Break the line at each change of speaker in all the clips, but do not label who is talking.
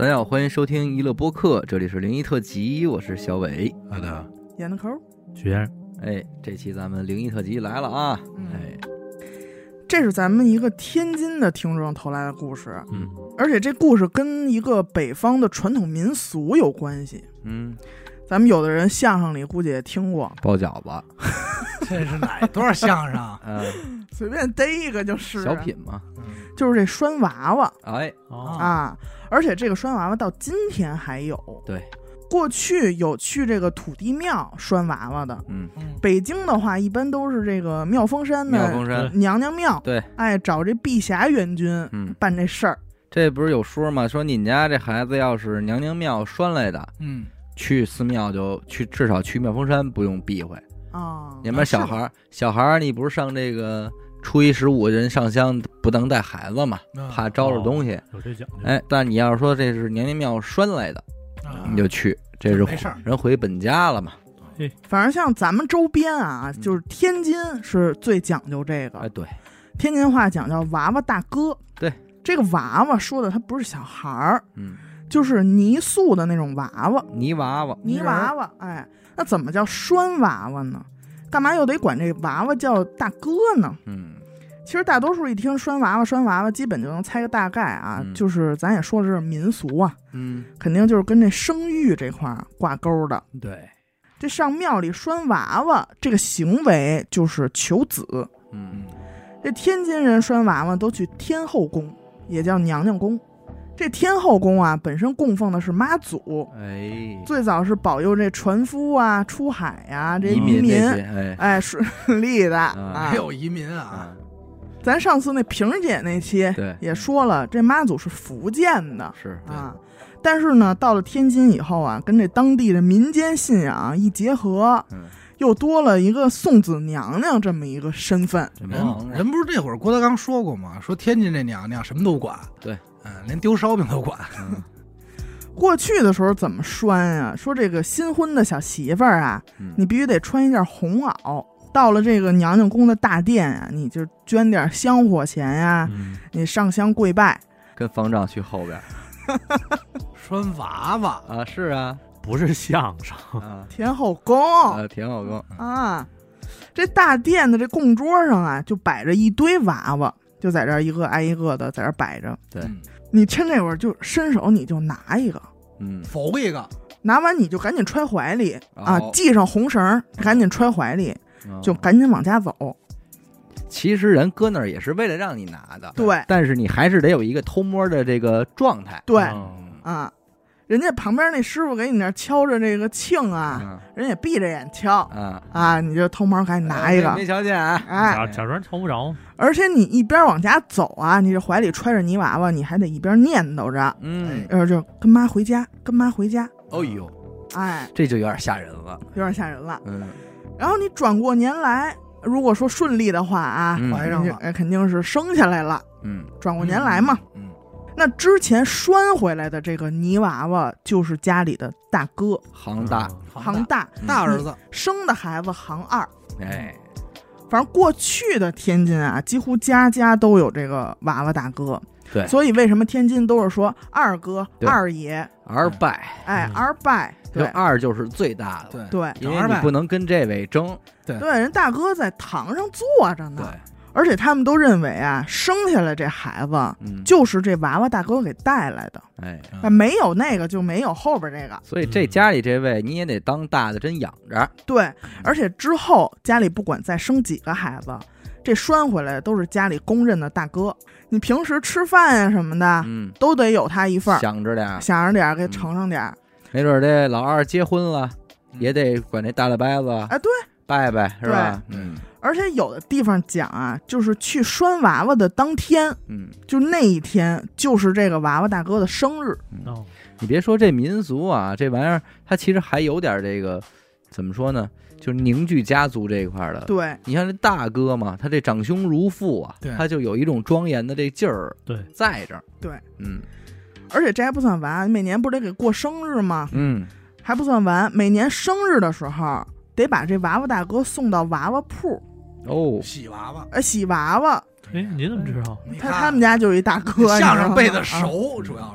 大家好，欢迎收听娱乐播客，这里是灵异特辑，我是小伟。
好的，
闫子抠，
许先生，
这期咱们灵异特辑来了啊！
这是咱们一个天津的听众投来的故事，而且这故事跟一个北方的传统民俗有关系。咱们有的人相声里估计也听过
包饺子，
这是哪段相声啊？
随便逮一个就是
小品嘛，
就是这拴娃娃
啊，
而且这个拴娃娃到今天还有。
对，
过去有去这个土地庙拴娃娃的，北京的话一般都是这个妙峰山的娘娘庙，
对，
找这碧霞元君办这事儿。
这不是有说吗？说你家这孩子要是娘娘庙拴来的，去寺庙就去，至少去妙峰山不用避讳啊。你们小孩你不是上这个初一15人上香不能带孩子嘛，怕招着东西。
有这讲究。
但你要是说这是娘娘庙拴来的，你就去，这是人回本家了嘛。
反正像咱们周边啊，就是天津是最讲究这个。
对，
天津话讲叫娃娃大哥。
对，
这个娃娃说的他不是小孩儿，就是泥塑的那种娃娃，
泥娃娃。
那怎么叫拴娃娃呢？干嘛又得管这娃娃叫大哥呢？其实大多数一听拴娃娃，基本就能猜个大概啊。就是咱也说的是民俗啊，肯定就是跟这生育这块挂钩的。
对，
这上庙里拴娃娃这个行为就是求子。这天津人拴娃娃都去天后宫，也叫娘娘宫。这天后宫啊，本身供奉的是妈祖，最早是保佑这船夫啊、出海啊、这移民，顺利的
还有移民啊。
咱上次那萍姐那期也说了，这妈祖是福建的，
是
啊。但是呢，到了天津以后啊，跟这当地的民间信仰一结合，又多了一个送子娘娘这么一个身份。
人不是这会儿郭德纲说过吗？说天津这娘娘什么都管，
对，
连丢烧饼都管。
过去的时候怎么拴啊？说这个新婚的小媳妇儿啊，你必须得穿一件红袄。到了这个娘娘宫的大殿啊，你就捐点香火钱呀，你上香跪拜，
跟方丈去后边
拴娃娃
啊，是啊，
不是相声
啊，天后宫
天后宫
啊，这大殿的这供桌上啊，就摆着一堆娃娃，就在这一个挨一个的在这摆着。
对，
你趁这会儿就伸手，你就拿一个，
否一个，
拿完你就赶紧揣怀里啊，系上红绳，赶紧揣怀里。就赶紧往家走。
其实人搁那儿也是为了让你拿的，
对，
但是你还是得有一个偷摸的这个状态。
对，人家旁边那师傅给你那敲着这个磬啊，人也闭着眼敲你就偷摸赶紧拿一个，
没瞧见
假装瞧不着。
而且你一边往家走啊，你这怀里揣着泥娃娃，你还得一边念叨着，就跟妈回家，跟妈回家。
哦呦，这就有点吓人了，
然后你转过年来，如果说顺利的话啊，
怀上了，
肯定是生下来了。转过年来嘛。那之前拴回来的这个泥娃娃就是家里的大哥，
行大
大儿子，
生的孩子行二。反正过去的天津啊，几乎家家都有这个娃娃大哥。
对，
所以为什么天津都是说二哥、二爷、
二拜？
二拜。对，
二就是最大的。
对，
因为你不能跟这位争。
对，人大哥在堂上坐着呢。对，而且他们都认为啊，生下来这孩子就是这娃娃大哥给带来的。没有那个就没有后边这个。
所以这家里这位你也得当大的真养着。
对，而且之后家里不管再生几个孩子，这拴回来都是家里公认的大哥。你平时吃饭呀什么的，都得有他一份，想着点给盛上点。
没准这老二结婚了，也得管这大了掰子
对，
拜拜是吧？
而且有的地方讲啊，就是去拴娃娃的当天，就那一天就是这个娃娃大哥的生日。
你别说这民俗啊，这玩意儿它其实还有点这个怎么说呢？就是凝聚家族这一块的。
对，
你看这大哥嘛，他这长兄如父啊，他就有一种庄严的这劲儿，在这儿。
对，而且这还不算完，每年不是得给过生日吗？还不算完，每年生日的时候得把这娃娃大哥送到娃娃铺
洗娃娃，
洗娃娃。
你怎么知道？
他们家就有一大哥，
相声背的熟，主要是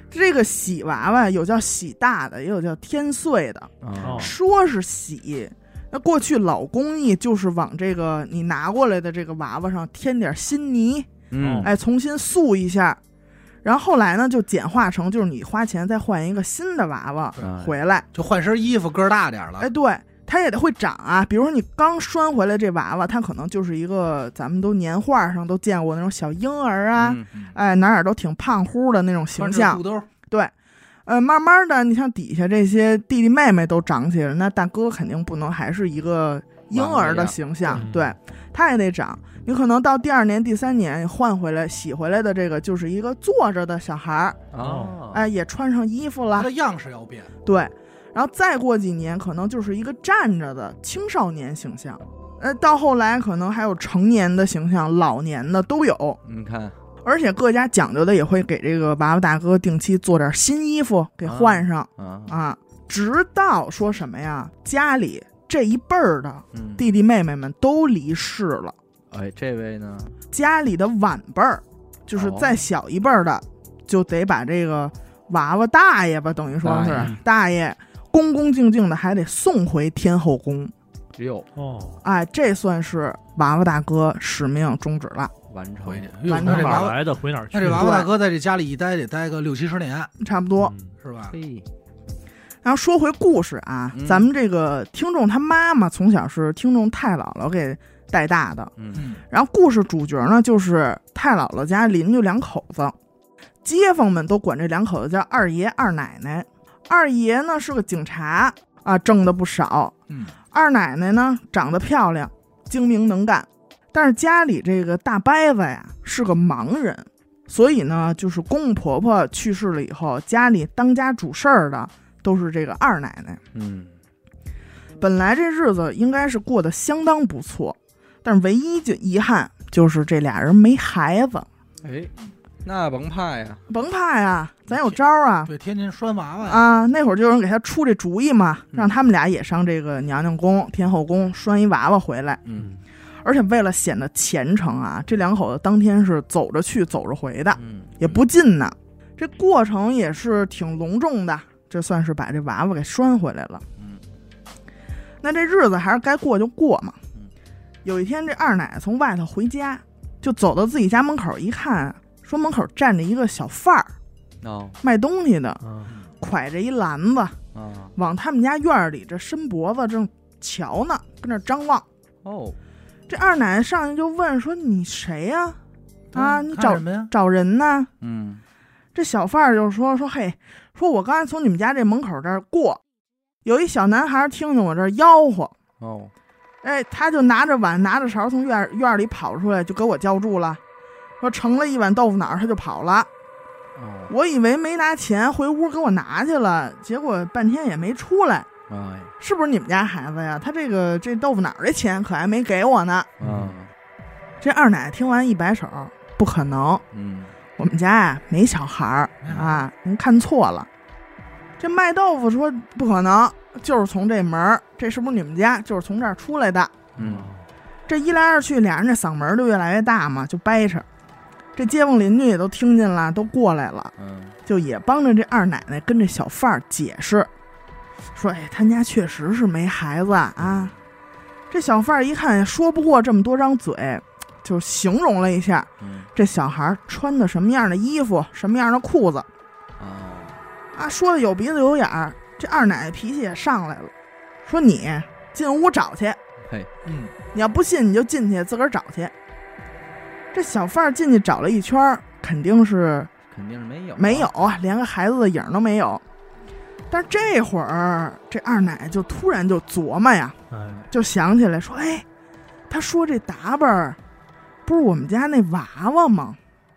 这个喜娃娃有叫喜大的，也有叫天岁的。说是喜，那过去老工艺就是往这个你拿过来的这个娃娃上添点新泥，重新塑一下。然后后来呢，就简化成就是你花钱再换一个新的娃娃回来，
就换身衣服个大点了。
对，它也得会长啊。比如说你刚拴回来这娃娃，它可能就是一个咱们都年画上都见过那种小婴儿啊，哪都挺胖乎的那种形象。对，慢慢的，你像底下这些弟弟妹妹都长起来，那大哥肯定不能还是一个婴儿的形象，对，他也得长。你可能到第2年、第3年换回来、洗回来的这个就是一个坐着的小孩也穿上衣服了，
他的样式要变。
对，然后再过几年，可能就是一个站着的青少年形象，到后来可能还有成年的形象、老年的都有。
你看，
而且各家讲究的也会给这个娃娃大哥定期做点新衣服给换上直到说什么呀，家里这一辈儿的弟弟妹妹们都离世了。
这位呢，
家里的晚辈儿，就是再小一辈儿的，就得把这个娃娃大爷吧，等于说是大爷，恭恭敬敬的还得送回天后宫。这算是娃娃大哥使命终止了，
完成
哪儿来的回哪儿去。
那这娃娃大哥在这家里一待得待个60-70年，
差不多，
是吧？
然后说回故事啊，咱们这个听众他妈妈从小是听众太姥姥给带大的，然后故事主角呢就是太姥姥家邻居2口子，街坊们都管这2口子叫二爷二奶奶。二爷呢是个警察挣得不少，二奶奶呢长得漂亮，精明能干，但是家里这个大伯子呀是个盲人，所以呢就是公公婆婆去世了以后，家里当家主事儿的都是这个二奶奶。本来这日子应该是过得相当不错，但是唯一就遗憾就是这俩人没孩子。
那甭怕呀，
咱有招啊。
对，天天拴娃娃呀
那会儿就有人给他出这主意嘛，让他们俩也上这个娘娘宫、天后宫拴一娃娃回来。而且为了显得虔诚啊，这2口子当天是走着去走着回的，也不近呢。这过程也是挺隆重的，这算是把这娃娃给拴回来了。那这日子还是该过就过嘛。有一天这二奶从外头回家，就走到自己家门口一看，说门口站着一个小贩儿，卖东西的，挎着一篮子，往他们家院里这伸脖子正瞧呢，跟那张望。这二奶奶上去就问说：“你谁呀？你找人呢？”这小贩儿就说：“嘿，说我刚才从你们家这门口这儿过，有一小男孩听见我这儿吆喝，他就拿着碗拿着勺从院里跑出来，就给我叫住了，说盛了一碗豆腐脑，他就跑了。我以为没拿钱，回屋给我拿去了，结果半天也没出来。是不是你们家孩子呀？他这豆腐脑的钱可还没给我呢。这二奶听完一摆手，不可能，我们家呀没小孩您看错了。这卖豆腐说不可能，就是从这门，这是不是你们家？就是从这儿出来的。这一来二去，俩人这嗓门就越来越大嘛，就掰扯。这街坊邻居也都听见了，都过来了，就也帮着这二奶奶跟这小贩儿解释，说他家确实是没孩子啊。这小贩儿一看说不过这么多张嘴，就形容了一下这小孩穿的什么样的衣服，什么样的裤子，说的有鼻子有眼儿。这二奶奶脾气也上来了，说你进屋找去，你要不信你就进去自个儿找去。这小贩儿进去找了一圈，肯定是没有啊，连个孩子的影都没有。但是这会儿这二奶就突然就琢磨呀，就想起来说，他说这打扮不是我们家那娃娃吗？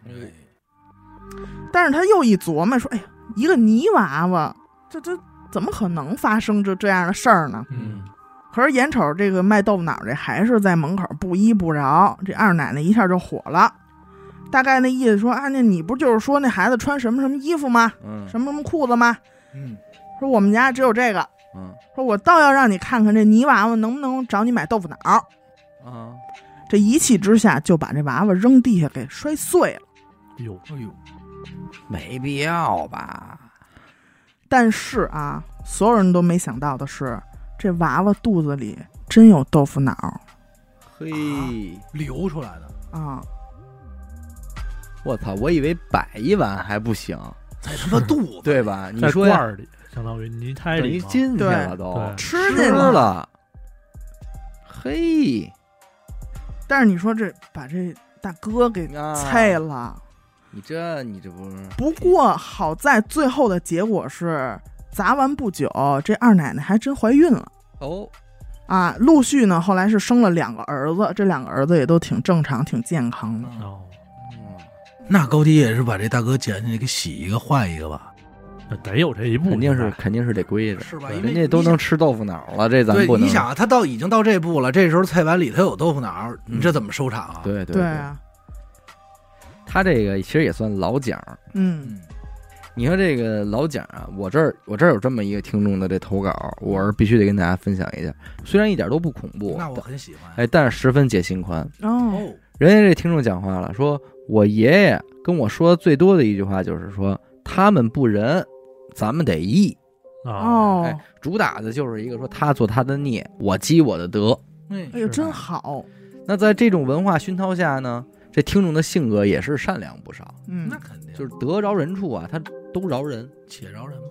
但是他又一琢磨说，一个泥娃娃，这怎么可能发生这样的事儿呢？可是眼瞅这个卖豆腐脑这还是在门口不依不饶，这二奶奶一下就火了，大概那意思说那你不就是说那孩子穿什么什么衣服吗？什么什么裤子吗？说我们家只有这个，说我倒要让你看看这泥娃娃能不能找你买豆腐脑。这一气之下就把这娃娃扔地下给摔碎了。
没必要吧？
但是啊，所有人都没想到的是，这娃娃肚子里真有豆腐脑。
嘿，
流出来的
啊！
我操！我以为摆一碗还不行，
在他妈肚子
对吧？你说
在罐里，相当于泥胎里
进去了都
吃进
了。嘿，
但是你说这把这大哥给菜了，
你这不是？
不过好在最后的结果是砸完不久，这二奶奶还真怀孕了
哦。
啊，陆续呢，后来是生了2个儿子，这2个儿子也都挺正常、挺健康的。
哦，那高低也是把这大哥捡起来给洗一个换一个吧？
得有这一步，
肯定是得归着，
是吧？
人家都能吃豆腐脑了，这咱不能。
你想啊，他已经到这步了，这时候菜碗里头有豆腐脑，你这怎么收场啊？
对啊，
他这个其实也算老奖。你说这个老蒋啊，我这儿有这么一个听众的这投稿，我是必须得跟大家分享一下。虽然一点都不恐怖，
那我很喜欢。
哎，但是十分解心宽。
哦，
人家这听众讲话了，说我爷爷跟我说最多的一句话就是说，他们不仁，咱们得义。
哦，
哎，主打的就是一个说他做他的孽，我积我的德。
哎呦，真好。
那在这种文化熏陶下呢，这听众的性格也是善良不少。
那肯定
就是得饶人处啊，他都饶人，
且饶人嘛。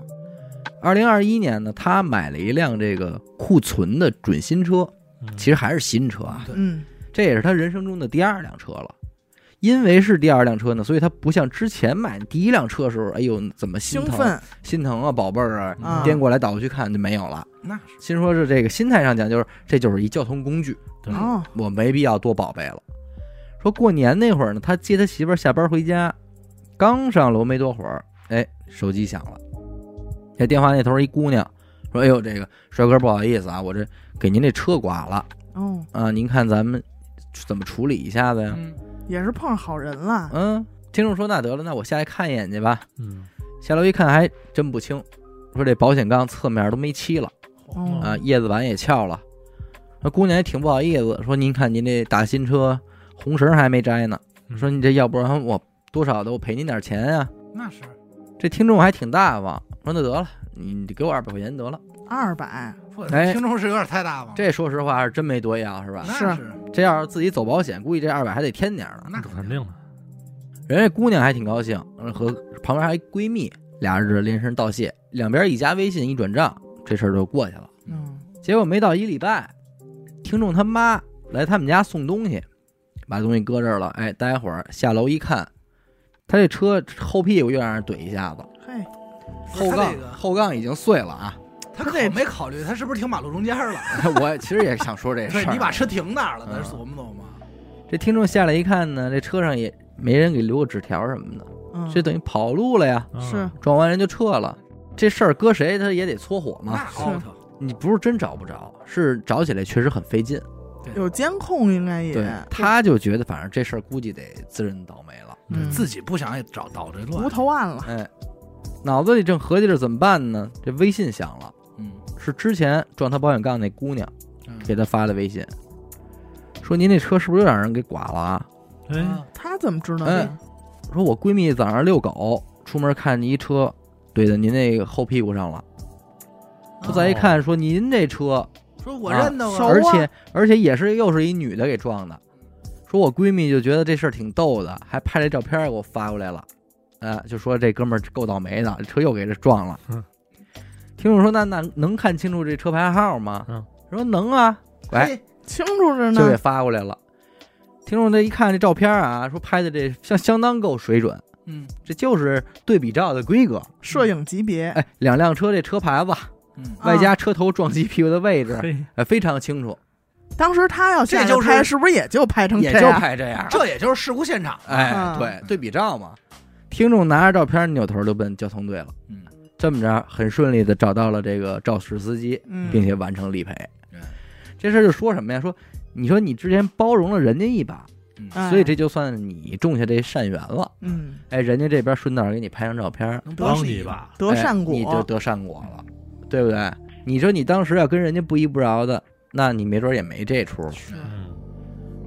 2021年呢，他买了一辆这个库存的准新车，其实还是新车啊。这也是他人生中的第2辆车了。因为是第2辆车呢，所以他不像之前买第1辆车的时候，哎呦怎么心疼啊，宝贝儿啊，颠过来倒过去看就没有了。
那是
心说是这个心态上讲，就是这就是一交通工具，我没必要多宝贝了。说过年那会儿呢，他接他媳妇儿下班回家，刚上楼没多会儿，哎，手机响了。这电话那头一姑娘说：“哎呦，这个帅哥不好意思啊，我这给您这车刮了。您看咱们怎么处理一下子呀？”
也是碰上好人了。
听众说那得了，那我下去看一眼去吧。下楼一看还真不轻，说这保险杠侧面都没漆了，叶子板也翘了。那姑娘也挺不好意思，说您看您这大新车红绳还没摘呢，说你这要不然我多少的我赔您点钱呀。
那是，
这听众还挺大方，说那得了，你给我200块钱得了。
200，
哎，听众是有点太大方。
这说实话是真没多要，是吧？
是，
这要是自己走保险，估计这200还得添点呢。
那
肯定的。
人家姑娘还挺高兴，和旁边还闺蜜俩人连声道谢，两边一加微信一转账，这事儿就过去了。结果没到1礼拜，听众他妈来他们家送东西，把东西搁这儿了。哎，待会儿下楼一看，他这车后屁股又让人怼一下子，后杠已经碎了啊。
他没考虑他是不是停马路中间了？
我其实也想说这事儿。
对，你把车停哪儿了？咱琢磨琢磨。
这听众下来一看呢，这车上也没人给留个纸条什么的，这等于跑路了呀。
是，
撞完人就撤了。这事儿搁谁他也得搓火嘛。
那
你不是真找不着，是找起来确实很费劲。
有监控应该也。
对，他就觉得反正这事儿估计得自认倒霉了，
自己不想也倒这乱，
无头案了。
哎，脑子里正合计着怎么办呢？这微信响了，是之前撞他保险杠那姑娘给他发的微信，说您那车是不是又让人给剐了啊？
他怎么知道
的？说我闺蜜早上遛狗出门看见一车怼在您那个后屁股上了，我再一看说您这车，
说我认得
而且又是一女的给撞的，说我闺蜜就觉得这事儿挺逗的，还拍这照片给我发过来了，就说这哥们儿够倒霉的，这车又给这撞了。听众说那能看清楚这车牌号吗？说能啊，哎，
清楚着呢，
就给发过来了。听众这一看这照片啊，说拍的这相当够水准，这就是对比照的规格，
摄影级别。
哎，2辆车这车牌子，外加车头撞击屁股的位置，非常清楚。
当时他要下去拍，是不是也就拍成这样？
也就拍这样，
这也就是事故现场。
哎，对，对比照嘛。听众拿着照片扭头就奔交通队了。这么着很顺利的找到了这个肇事司机，并且完成理赔。这事就说什么呀？说你说你之前包容了人家一把，所以这就算你种下这善缘了。哎，人家这边顺道给你拍张照片，
帮你一把，
得善果，
你就得善果了，对不对？你说你当时要跟人家不依不饶的，那你没准也没这出。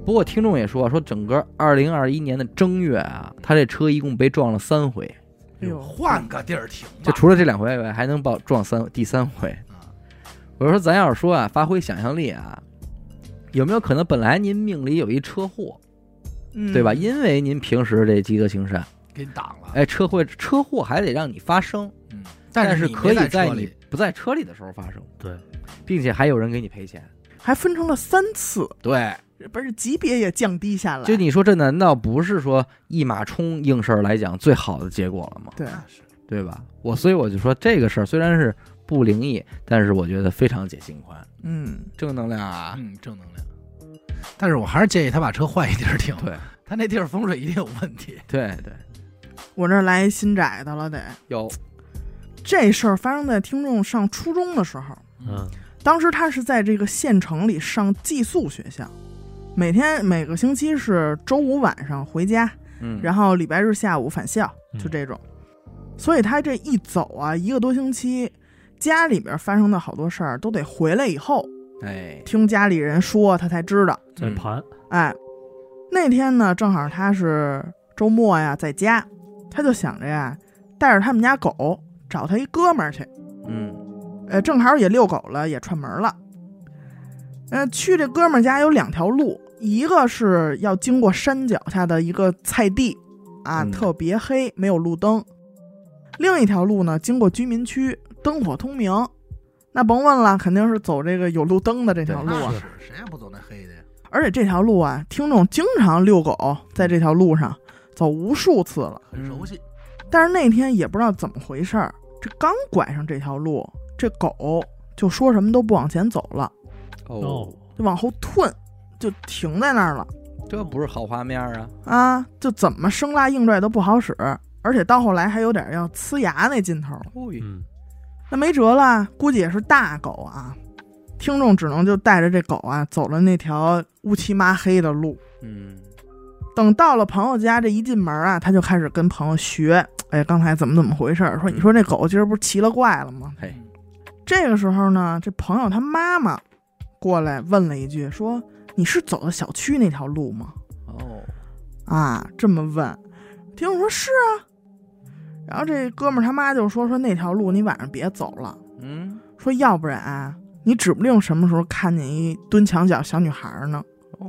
不过听众也说整个2021年的正月啊，他这车一共被撞了3回。
哎呦，换个地儿停吧，
就除了这2回以外，还能撞第3回。我说咱要是说啊，发挥想象力啊，有没有可能本来您命里有一车祸，对吧？因为您平时这积德行善，
给你挡了。
哎，车祸还得让你发生，但是可以在你不在车里的时候发生，
对，
并且还有人给你赔钱，
还分成了3次，
对，
不是级别也降低下来。
就你说这难道不是说一马冲应事儿来讲最好的结果了吗？
对，
对吧？所以我就说这个事儿虽然是不灵异，但是我觉得非常解心宽，正能量啊，
正能量。但是我还是建议他把车换一地儿停，
对，
他那地儿风水一定有问题。
对，
我这来新宅的了，得
有。
这事儿发生在听众上初中的时候，当时他是在这个县城里上寄宿学校，每个星期是周5晚上回家，然后礼拜日下午返校，就这种。所以他这一走啊，1个多星期，家里边发生的好多事儿都得回来以后，听家里人说他才知道。
在盘，
那天呢，正好他是周末呀，在家，他就想着呀，带着他们家狗找他一哥们儿去，正好也遛狗了，也串门了。去这哥们儿家有2条路，一个是要经过山脚下的一个菜地啊，特别黑，没有路灯。另一条路呢，经过居民区，灯火通明。那甭问了，肯定是走这个有路灯的这条路啊。
谁也不走那黑的呀。
而且这条路啊，听众经常遛狗，在这条路上走无数次了，
很熟悉。
但是那天也不知道怎么回事儿，这刚拐上这条路，这狗就说什么都不往前走了，就往后退，就停在那儿了。
这不是好画面啊！
就怎么生拉硬拽都不好使，而且到后来还有点要呲牙那劲头。那没辙了，估计也是大狗啊。听众只能就带着这狗啊，走了那条乌漆麻黑的路。等到了朋友家，这一进门啊，他就开始跟朋友学，刚才怎么回事？说你说这狗今儿不是奇了怪了吗？这个时候呢，这朋友他妈妈过来问了一句，说你是走的小区那条路吗？这么问，听众说是啊。然后这哥们儿他妈就说那条路你晚上别走了，说要不然你指不定什么时候看见一蹲墙角小女孩呢。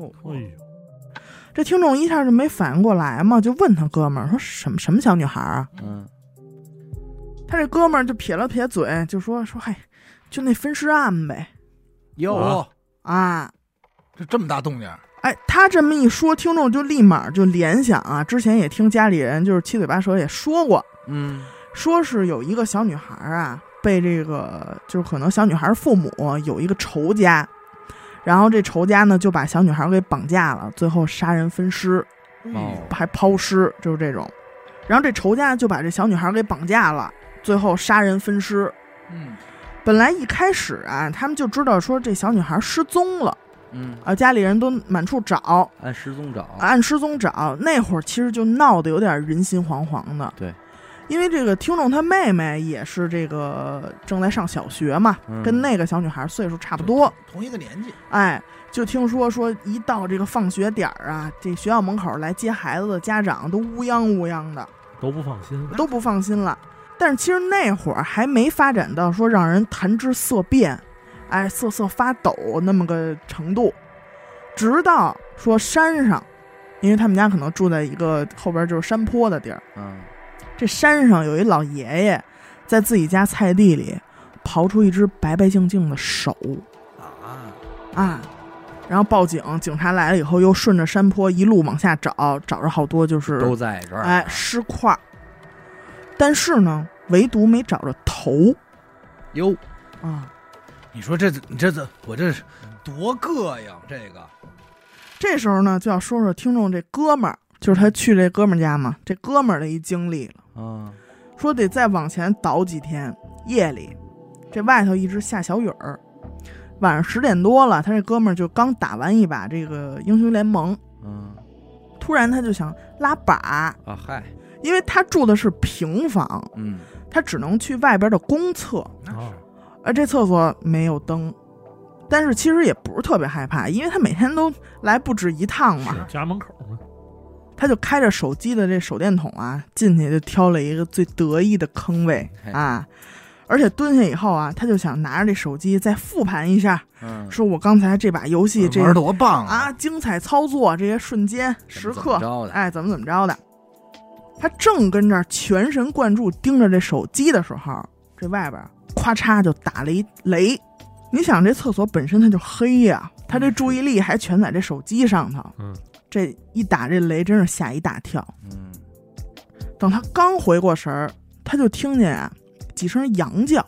这听众一下就没反应过来嘛，就问他哥们儿说什么小女孩啊？他这哥们儿就撇了撇嘴，就说嗨，就那分尸案呗。
这么大动静。
他这么一说，听众就立马就联想啊，之前也听家里人就是七嘴八舌也说过，说是有一个小女孩啊，被这个就是可能小女孩父母有一个仇家，然后这仇家呢就把小女孩给绑架了，最后杀人分尸，还抛尸，就是这种。然后这仇家就把这小女孩给绑架了，最后杀人分尸。本来一开始啊，他们就知道说这小女孩失踪了。家里人都满处找，按失踪找。那会儿其实就闹得有点人心惶惶的。
对，
因为这个听众他妹妹也是这个正在上小学嘛，跟那个小女孩岁数差不多，
同一个年纪。
就听说一到这个放学点啊，这学校门口来接孩子的家长都乌泱乌泱的，
都不放心了。
但是其实那会儿还没发展到说让人谈之色变。瑟瑟发抖那么个程度，直到说山上，因为他们家可能住在一个后边就是山坡的地儿，这山上有一老爷爷在自己家菜地里刨出一只白白净净的手然后报警，警察来了以后又顺着山坡一路往下找着好多就是
都在这儿
尸块，但是呢唯独没找着头。
你说我这多膈应
这时候呢就要说听众这哥们儿，就是他去这哥们儿家嘛，这哥们儿的一经历了说得再往前倒几天，夜里这外头一直下小雨儿，晚上10点多了，他这哥们儿就刚打完一把这个英雄联盟，突然他就想拉把因为他住的是平房，他只能去外边的公厕，而这厕所没有灯， 但是其实也不是特别害怕，因为他每天都来不止一趟嘛，
家门口嘛。
他就开着手机的这手电筒啊，进去就挑了一个最得意的坑位啊，而且蹲下以后啊，他就想拿着这手机再复盘一下，说我刚才这把游戏这
玩多棒
啊，精彩操作这些瞬间时刻，哎，怎么着的。他正跟这儿全神贯注盯着这手机的时候，这外边咵嚓就打了一雷。你想这厕所本身它就黑呀，他这注意力还全在这手机上头，这一打这雷真是吓一大跳。等他刚回过神儿，他就听见啊几声羊叫。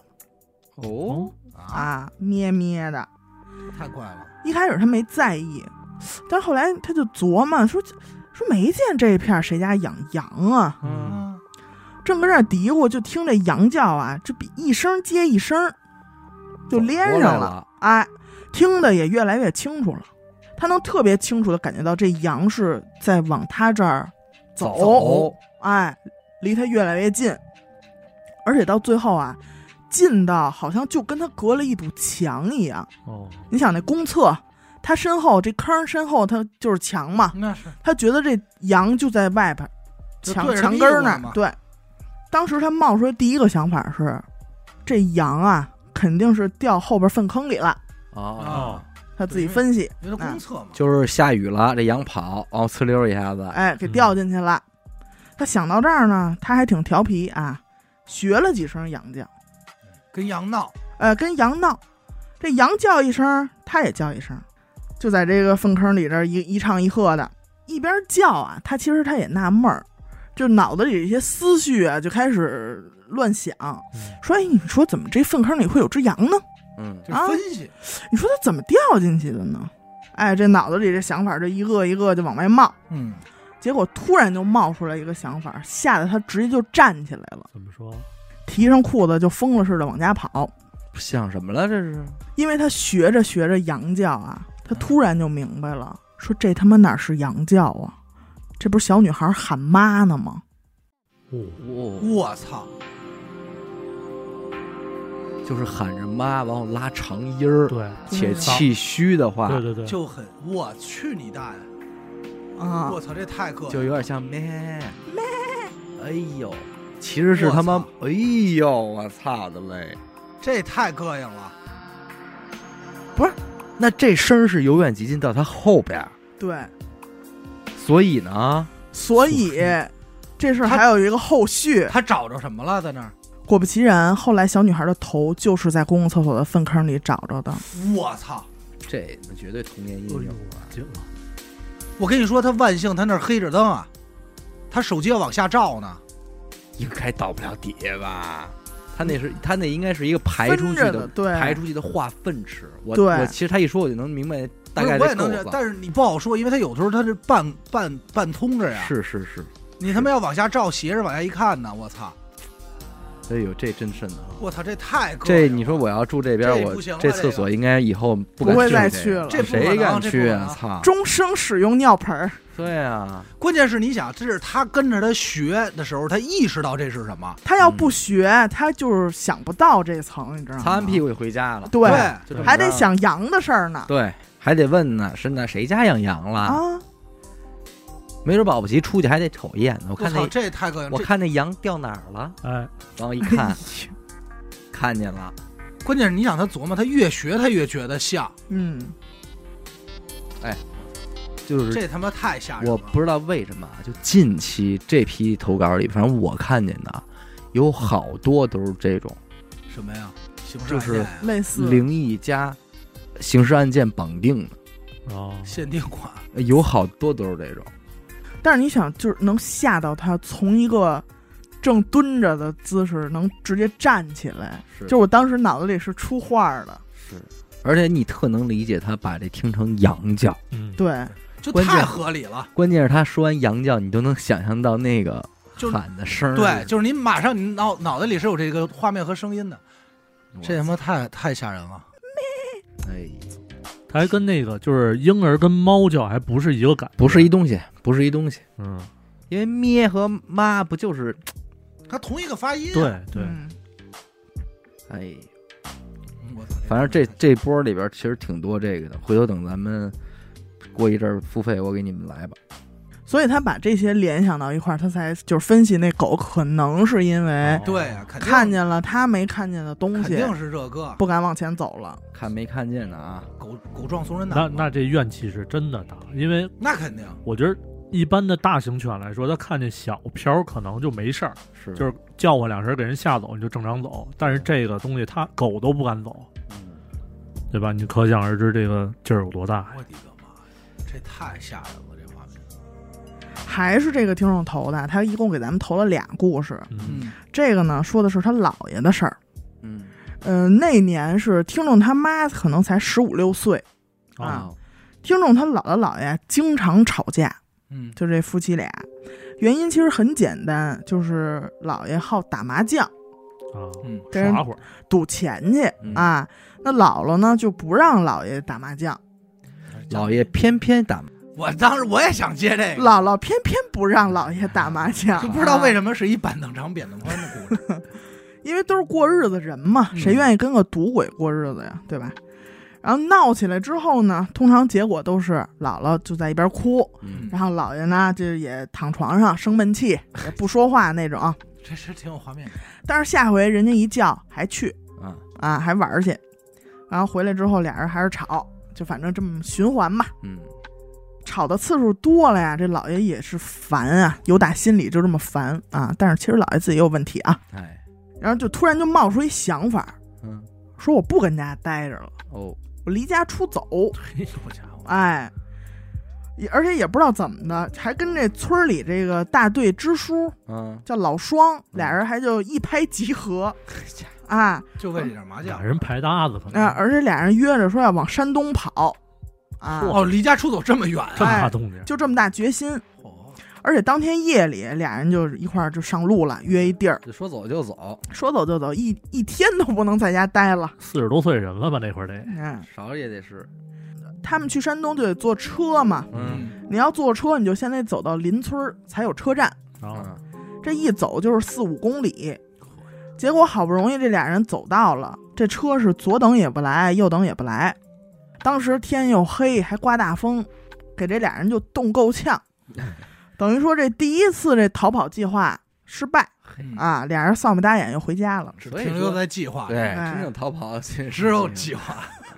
咩咩的，
太怪了。
一开始他没在意，但后来他就琢磨说没见这片谁家养羊啊。正跟这嘀咕，就听这羊叫啊，这比一声接一声就连上了，哎，听得也越来越清楚了。他能特别清楚的感觉到这羊是在往他这儿走，哎，离他越来越近，而且到最后啊，近到好像就跟他隔了一堵墙一样。你想那公厕，他身后这坑身后他就是墙嘛，
那是
他觉得这羊就在外边墙根那儿。对，当时他冒出来第一个想法是，这羊啊肯定是掉后边粪坑里了。他自己分析，
因为公厕嘛，
就是下雨了，这羊跑，呲溜一下子，
哎，给掉进去了。他想到这儿呢，他还挺调皮啊，学了几声羊叫，
跟羊闹，
跟羊闹。这羊叫一声，他也叫一声，就在这个粪坑里这一唱一和的，一边叫啊，他其实他也纳闷儿，就脑子里这些思绪啊就开始乱想，说哎，你说怎么这粪坑里会有只羊呢？
就分析，
你说他怎么掉进去的呢？哎，这脑子里这想法这一个一个就往外冒，结果突然就冒出来一个想法，吓得他直接就站起来了。
怎么说？
提上裤子就疯了似的往家跑。
想什么了这是？
因为他学着学着羊叫啊，他突然就明白了，说这他妈哪是羊叫啊，这不是小女孩喊妈呢吗？
我操！
就是喊着妈，往后拉长音儿，
对，
且气虚的话，
对，
就很我去你大爷
啊！
我操，这太膈应，
就有点像咩，哎呦，其实是他妈，哎呦，我操的嘞，
这太膈应了。
不是，那这声是由远及近到他后边，
对，
所以呢，
这事还有一个后续，
他找着什么了在那儿？
果不其然，后来小女孩的头就是在公共厕所的粪坑里找着的。
我操，
这绝对童年阴影啊！
我跟你说，他万幸他那儿黑着灯啊，他手机要往下照呢，
应该到不了底下吧？他那应该是一个排出去的，
对，
排出去的化粪池。我其实他一说我就能明白大概的构造，
但是你不好说，因为他有时候他是半通着呀。
是，
你他妈要往下照，斜着往下一看呢，我操！
哎呦，这真瘆得慌！
我操，这太
这你说我要住这边，我这厕所应该以后不
会再去了。
这
谁敢去啊？操！
终生使用尿盆。
对啊，
关键是你想，这是他跟着他学的时候，他意识到这是什么。
他要不学，他就是想不到这层，你知道吗？
擦完屁股就回家了。
对，还得想羊的事儿呢。
对，还得问呢，是那谁家养羊了啊？没准保不齐出去还得瞅一眼呢。我看那
这太膈应，
我看那羊掉哪儿了？哎，然后一看，看见了。
关键是你想他琢磨，他越学他越觉得像。
哎，就是
这他妈太吓人了。
我不知道为什么，就近期这批投稿里，反正我看见的有好多都是这种
什么呀？
就是
类似
灵异加刑事案件绑定的
限定款，
有好多都是这种。
但是你想，就是能吓到他从一个正蹲着的姿势能直接站起来，就我当时脑子里是出画的。
是，而且你特能理解他把这听成羊叫，
对，
就太合理了。
关键是他说完羊叫，你都能想象到那个喊的声。
对，就是你马上你脑袋里是有这个画面和声音的。这他妈太吓人了。
哎。
它还跟那个就是婴儿跟猫叫还不是一个感觉，
不是一东西。因为咩和妈不就是
它同一个发音？
对，
哎， 反正这波里边其实挺多这个的，回头等咱们过一阵儿付费，我给你们来吧。
所以他把这些联想到一块儿，他才就是分析那狗可能是因为
对呀，
看见了他没看见的东西，
肯定是这个
不敢往前走了。
看没看见呢啊？
狗撞松人胆。
那这怨气是真的大，因为
那肯定，
我觉得一般的大型犬来说，它看见小飘可能就没事儿，就是叫唤两声给人吓走，你就正常走。但是这个东西，它狗都不敢走，对吧？你可想而知这个劲儿有多大。
我的个妈呀，这太吓人了！
还是这个听众投的，他一共给咱们投了俩故事。这个呢说的是他姥爷的事儿。那年是听众他妈可能才15、16岁啊。听众他姥姥姥爷经常吵架，就这夫妻俩，原因其实很简单，就是姥爷好打麻将跟人赌钱去啊。那姥姥呢就不让姥爷打麻将，
姥爷偏偏打。
我当时我也想接这个，
姥姥偏偏不让姥爷打麻将，
就不知道为什么是一板凳长扁凳宽的故事。
因为都是过日子人嘛，谁愿意跟个赌鬼过日子呀，对吧？然后闹起来之后呢，通常结果都是姥姥就在一边哭，然后姥爷呢就也躺床上生闷气，也不说话那种。
这是挺有画面感。
但是下回人家一叫还去还玩去，然后回来之后俩人还是吵，就反正这么循环嘛。吵的次数多了呀，这老爷也是烦啊，由打心里就这么烦啊。但是其实老爷自己也有问题啊，然后就突然就冒出一想法，说我不跟家待着了，我离家出走。而且也不知道怎么的，还跟这村里这个大队支书，叫老双，俩人还就一拍即合啊，
就为这点麻将，
俩人牌搭子可能
而且俩人约着说要往山东跑。
离家出走这么远，
这么大动静，
就这么大决心。而且当天夜里，俩人就一块儿就上路了，约一地儿，
就说走就走，
说走就走，一天都不能在家待了。
40多岁人了吧，那会儿得，
少也得是。
他们去山东就得坐车嘛，你要坐车，你就先得走到邻村才有车站，这一走就是4、5公里。结果好不容易这俩人走到了，这车是左等也不来，右等也不来。当时天又黑，还刮大风，给这俩人就冻够呛，等于说这第一次这逃跑计划失败啊！俩人扫眉打眼又回家了，
只停留在计划。
对，真正逃跑
只有计划。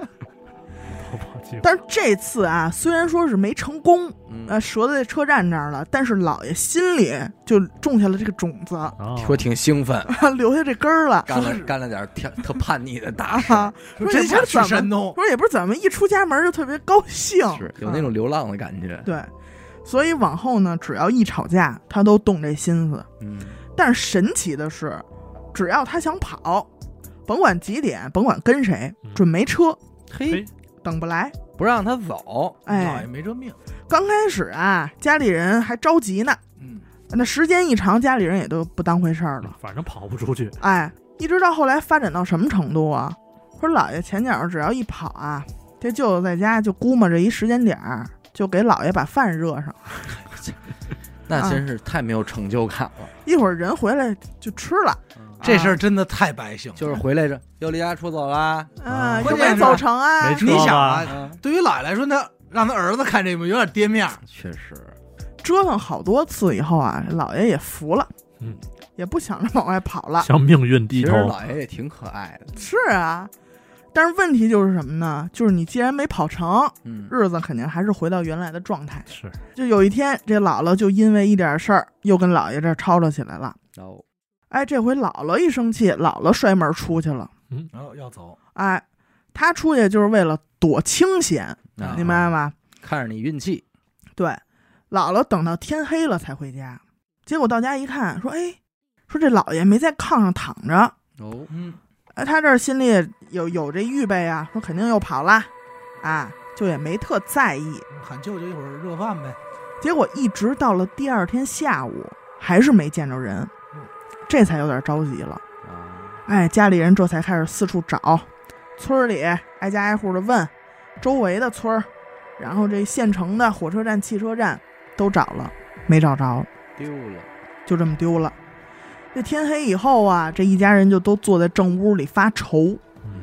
但是这次啊，虽然说是没成功，折在车站这儿了，但是老爷心里就种下了这个种子，
说挺兴奋，
留下这根儿了，
干了点特叛逆的大事，
说真想去山东，
说也不是怎么一出家门就特别高兴，
是有那种流浪的感觉。
对，所以往后呢，只要一吵架，他都动这心思。但是神奇的是，只要他想跑，甭管几点，甭管跟谁，准没车，等不来，
不让他走，
老爷没这命。
刚开始啊，家里人还着急呢，那时间一长，家里人也都不当回事儿了，
反正跑不出去。
一直到后来发展到什么程度啊？说老爷前脚只要一跑啊，这舅舅在家就估摸着一时间点儿，就给老爷把饭热上。
那真是太没有成就感了。
一会儿人回来就吃了。
这事儿真的太百姓了，
就是回来着又离家出走啦，
又没走成啊！
你想啊，对于老爷来说，他让他儿子看这个有点跌面。
确实，
折腾好多次以后啊，老爷也服了，也不想着往外跑了，
向命运低头。
其实老爷也挺可爱的。
是啊，但是问题就是什么呢？就是你既然没跑成，日子肯定还是回到原来的状态。
是，
就有一天，这姥姥就因为一点事儿，又跟老爷这吵吵起来了。这回姥姥一生气，姥姥摔门出去了。
然后要走。
他出去就是为了躲清闲，你明白吗？
看着你运气。
对，姥姥等到天黑了才回家，结果到家一看，说这老爷没在炕上躺着。他这心里有这预备啊，说肯定又跑了，就也没特在意，
喊舅舅一会儿热饭呗。
结果一直到了第二天下午，还是没见着人。这才有点着急了，家里人这才开始四处找，村里挨家挨户的问，周围的村然后这县城的火车站、汽车站都找了，没找着，
丢了，
就这么丢了。这天黑以后啊，这一家人就都坐在正屋里发愁。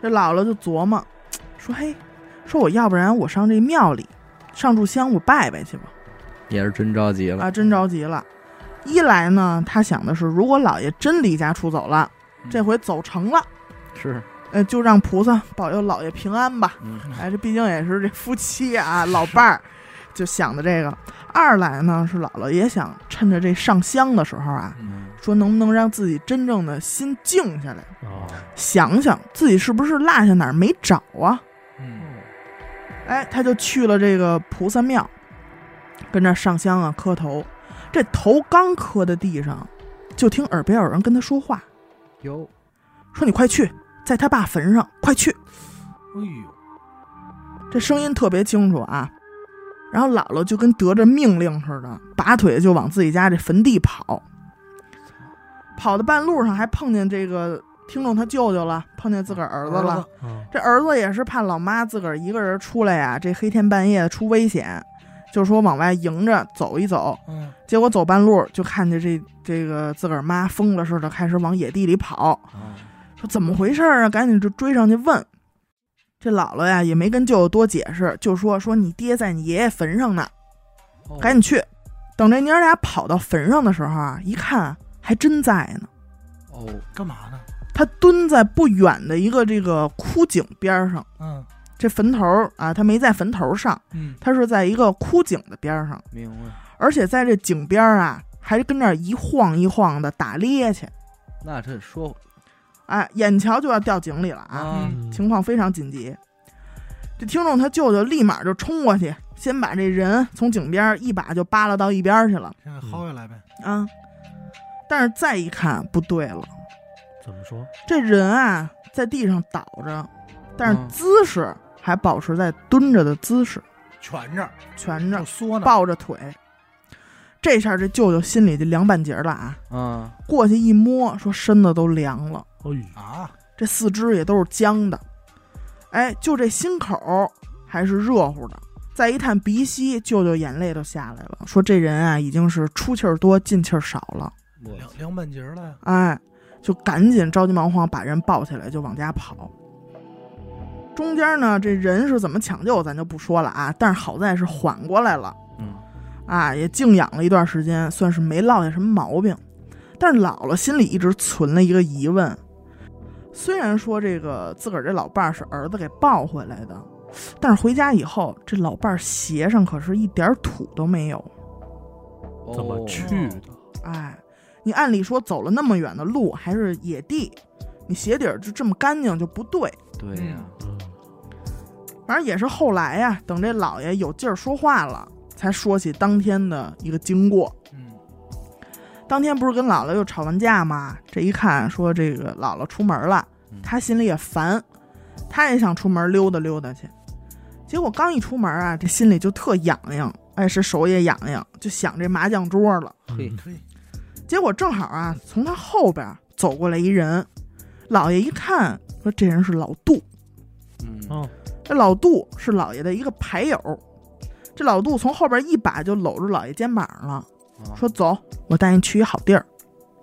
这姥姥就琢磨说，嘿，说我要不然我上这庙里上炷香，我拜拜去吧。
也是真着急了
啊，真着急了。一来呢，他想的是，如果老爷真离家出走了，这回走成了，
是，
就让菩萨保佑老爷平安吧。这毕竟也是这夫妻啊，老伴儿，就想的这个。二来呢，是姥姥也想趁着这上香的时候啊，说能不能让自己真正的心静下来，想想自己是不是落下哪儿没找啊。他就去了这个菩萨庙，跟这上香啊，磕头。这头刚磕在地上，就听耳边有人跟他说话，
哟，
说你快去，在他爸坟上，快去。
哎呦，
这声音特别清楚啊。然后姥姥就跟得着命令似的，拔腿就往自己家这坟地跑。跑到半路上还碰见这个听众他舅舅了，碰见自个儿儿子了。这儿子也是怕老妈自个儿一个人出来呀，这黑天半夜出危险，就说往外迎着走一走。结果走半路就看见这个自个儿妈疯了似的开始往野地里跑。说怎么回事啊？赶紧就追上去问。这姥姥呀也没跟舅舅多解释，就说你爹在你爷爷坟上呢，赶紧去。等这娘俩跑到坟上的时候啊，一看还真在呢。
干嘛呢？
他蹲在不远的一个这个枯井边上。这坟头啊，他没在坟头上，他是在一个枯井的边上。
明白。
而且在这井边啊，还跟那儿一晃一晃的打趔趄。
那这说。
眼瞧就要掉井里了啊！情况非常紧急。这听众他舅舅立马就冲过去，先把这人从井边一把就扒拉到一边去了。
现在薅下来呗。
但是再一看不对了。
怎么说？
这人啊在地上倒着，但是姿势还保持在蹲着的姿势，
蜷着，
缩呢，抱着腿。这下这舅舅心里就凉半截了啊！过去一摸，说身子都凉了。这四肢也都是僵的。就这心口还是热乎的。再一探鼻息，舅舅眼泪都下来了，说这人啊已经是出气儿多进气儿少了，
凉半截了呀。
就赶紧着急忙慌把人抱起来就往家跑。中间呢，这人是怎么抢救咱就不说了啊，但是好在是缓过来了。也静养了一段时间，算是没落下什么毛病。但是姥姥心里一直存了一个疑问，虽然说这个自个儿这老伴儿是儿子给抱回来的，但是回家以后这老伴儿鞋上可是一点土都没有。
怎么去的？
你按理说走了那么远的路还是野地，你鞋底儿就这么干净就不对。
对呀。
反正也是后来呀，等这老爷有劲儿说话了，才说起当天的一个经过。当天不是跟姥姥又吵完架吗？这一看说这个姥姥出门了，他心里也烦，他也想出门溜达溜达去。结果刚一出门啊，这心里就特痒痒，是手也痒痒，就想这麻将桌了。结果正好啊，从他后边走过来一人，姥爷一看说这人是老杜。这老杜是姥爷的一个牌友。这老杜从后边一把就搂住姥爷肩膀了，说走，我带你去一好地儿。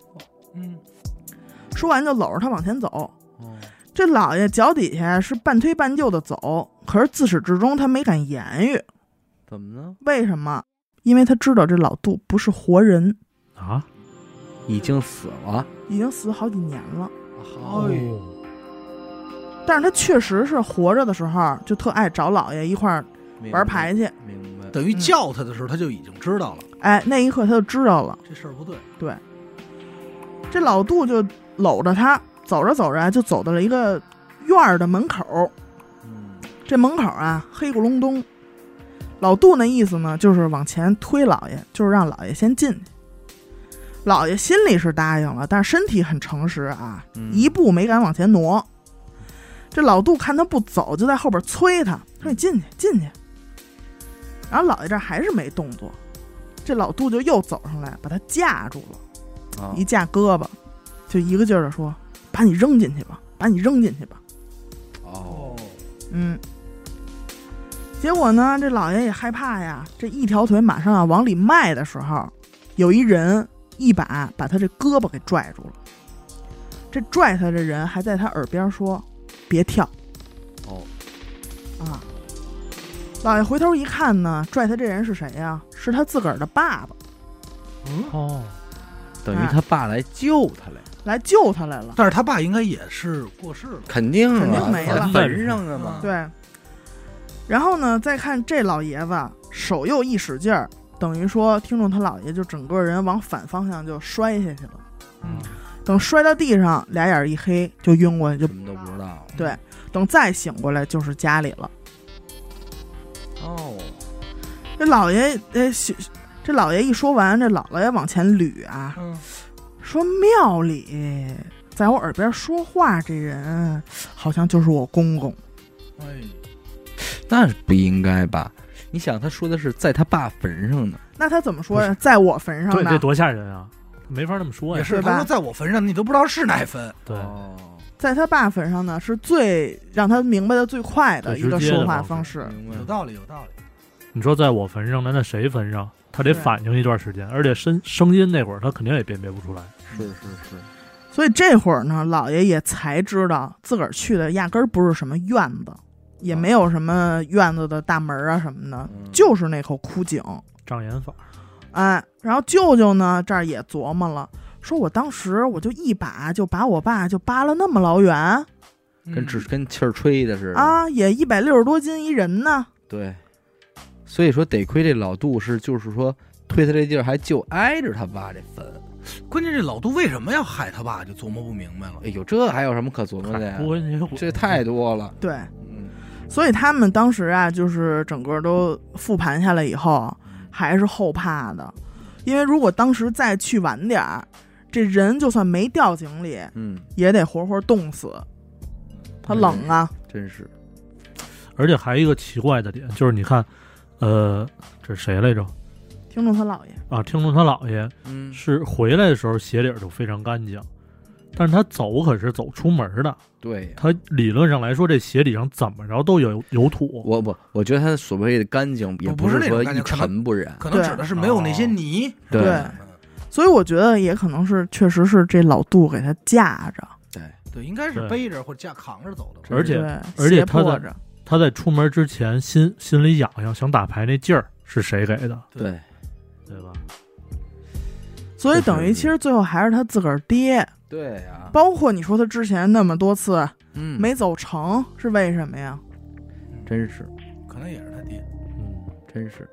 说完就搂着他往前走。这老爷脚底下是半推半就的走，可是自始至终他没敢言语。
怎么呢？
为什么？因为他知道这老杜不是活人
啊，已经死了，
已经死好几年了。但是他确实是活着的时候就特爱找老爷一块儿玩牌去。
明白。
等于叫他的时候他就已经知道了。
那一刻他就知道了
这事儿不对。
对。这老杜就搂着他走着走着就走到了一个院的门口。这门口啊黑咕隆咚。老杜那意思呢就是往前推老爷，就是让老爷先进去。老爷心里是答应了，但是身体很诚实啊，一步没敢往前挪。这老杜看他不走，就在后边催他，说你进去进去。然后老爷这还是没动作，这老杜就又走上来把他架住了，一架胳膊，就一个劲儿的说把你扔进去吧，把你扔进去吧。结果呢这老爷也害怕呀，这一条腿马上要往里迈的时候，有一人一把把他这胳膊给拽住了。这拽他的人还在他耳边说别跳， 老爷回头一看呢，拽他这人是谁呀？是他自个儿的爸爸。
等于他爸来救他
来救他来了。
但是他爸应该也是过世了，
肯定
没了，
坟上的嘛。
对。然后呢，再看这老爷子手又一使劲儿，等于说听众他姥爷就整个人往反方向就摔下去了。等摔到地上，俩眼一黑就晕过去，就
什么都不知道了。
对，等再醒过来就是家里了。这老爷这老爷一说完，这姥姥也往前捋啊，说庙里在我耳边说话这人好像就是我公公。
那不应该吧？你想他说的是在他爸坟上呢，
那他怎么说呀？在我坟上呢？
对，这多吓人啊！没法那么说呀。
也是，他说在我坟上，你都不知道是哪坟。
对，
在他爸坟上呢，是最让他明白的最快的一个说话方式。
有道理，有道理。
你说在我坟上，那谁坟上？他得反应一段时间，而且声音那会儿他肯定也辨别不出来。
是。
所以这会儿呢，老爷也才知道自个儿去的压根儿不是什么院子，也没有什么院子的大门啊什么的，就是那口枯井。
障眼法。
然后舅舅呢这儿也琢磨了，说我当时我就一把就把我爸就扒了那么老远，
跟气儿吹的似的
啊，也160多斤一人呢。
对。所以说得亏这老杜就是说推他这地儿还就挨着他爸这坟。
关键这老杜为什么要害他爸就琢磨不明白了。
哎呦，这还有什么可琢磨的呀？这太多了。
对，所以他们当时啊，就是整个都复盘下来以后，还是后怕的，因为如果当时再去晚点儿，这人就算没掉井里，也得活活冻死。他冷啊，
真是。
而且还有一个奇怪的点，就是你看。这是谁来着？
听众他姥爷
啊，听众他姥爷，是回来的时候鞋底就非常干净，但是他走可是走出门的。
对，
他理论上来说，这鞋底上怎么着都有土。
我觉得他所谓的干净，也不是说一尘不染，
可能指的是没有那些泥。
对，所以我觉得也可能是，确实是这老杜给他架着。
对，应该是背着或者扛着走的。
而且他在出门之前心里痒痒，想打牌那劲儿是谁给的？
对
吧？
所以等于其实最后还是他自个儿爹。
对呀，
包括你说他之前那么多次没走成，是为什么呀？
真是，
可能也是他爹。
真是。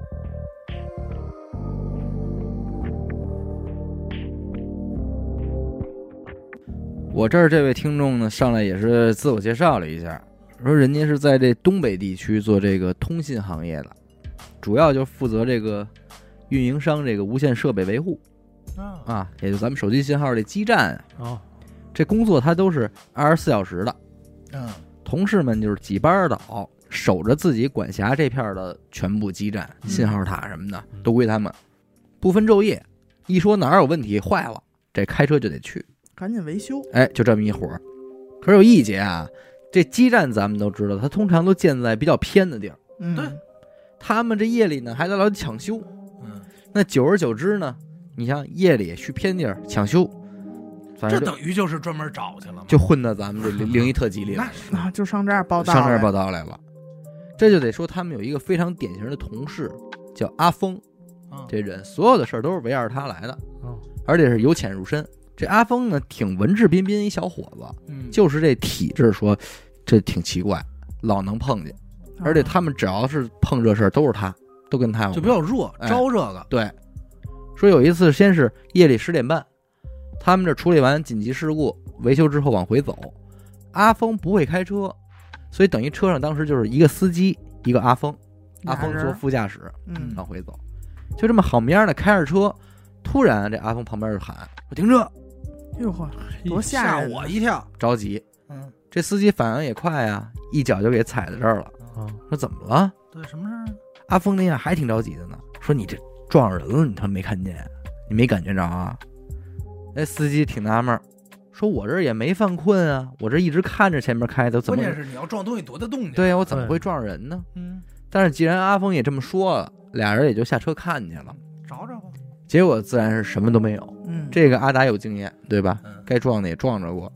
我这儿这位听众呢，上来也是自我介绍了一下。说人家是在这东北地区做这个通信行业的，主要就负责这个运营商这个无线设备维护也就咱们手机信号这基站这工作他都是24小时的。同事们就是几班倒守着自己管辖这片的全部基站、信号塔什么的都归他们，不分昼夜。一说哪儿有问题坏了，这开车就得去
赶紧维修。
就这么一伙儿。可是有一节啊，这基站咱们都知道，它通常都建在比较偏的地儿。
对，
他们这夜里呢还在老抢修。那久而久之呢，你像夜里去偏地儿抢修，反正
这等于就是专门找去了，
就混到咱们这灵异特辑里了。
那就上这儿报道，
来了。这就得说他们有一个非常典型的同事，叫阿峰。这人所有的事儿都是围绕着他来的，而且是由浅入深。这阿峰呢，挺文质彬彬一小伙子，就是这体质说这挺奇怪，老能碰见，而且他们只要是碰这事儿，都是他，都跟他有关，
就比较弱，招这个。
对，说有一次，先是夜里10点半，他们这处理完紧急事故维修之后往回走，阿峰不会开车，所以等于车上当时就是一个司机，一个阿峰，阿峰坐副驾驶，往回走，就这么好面的开着车，突然这阿峰旁边就喊：“我停车！”
哟呵，多吓
我一跳，
着急。这司机反应也快啊，一脚就给踩在这儿了。说怎么了？
对，什么事儿？
阿峰那样还挺着急的呢，说你这撞人了，你他妈没看见，你没感觉着啊？那司机挺纳闷，说我这也没犯困啊，我这一直看着前面开的，怎么？
关键是你要撞东西多大动静？
对呀，我怎么会撞人呢？但是既然阿峰也这么说了，俩人也就下车看去了，
找找吧。结
果自然是什么都没有。这个阿达有经验，对吧？该撞的也撞着过，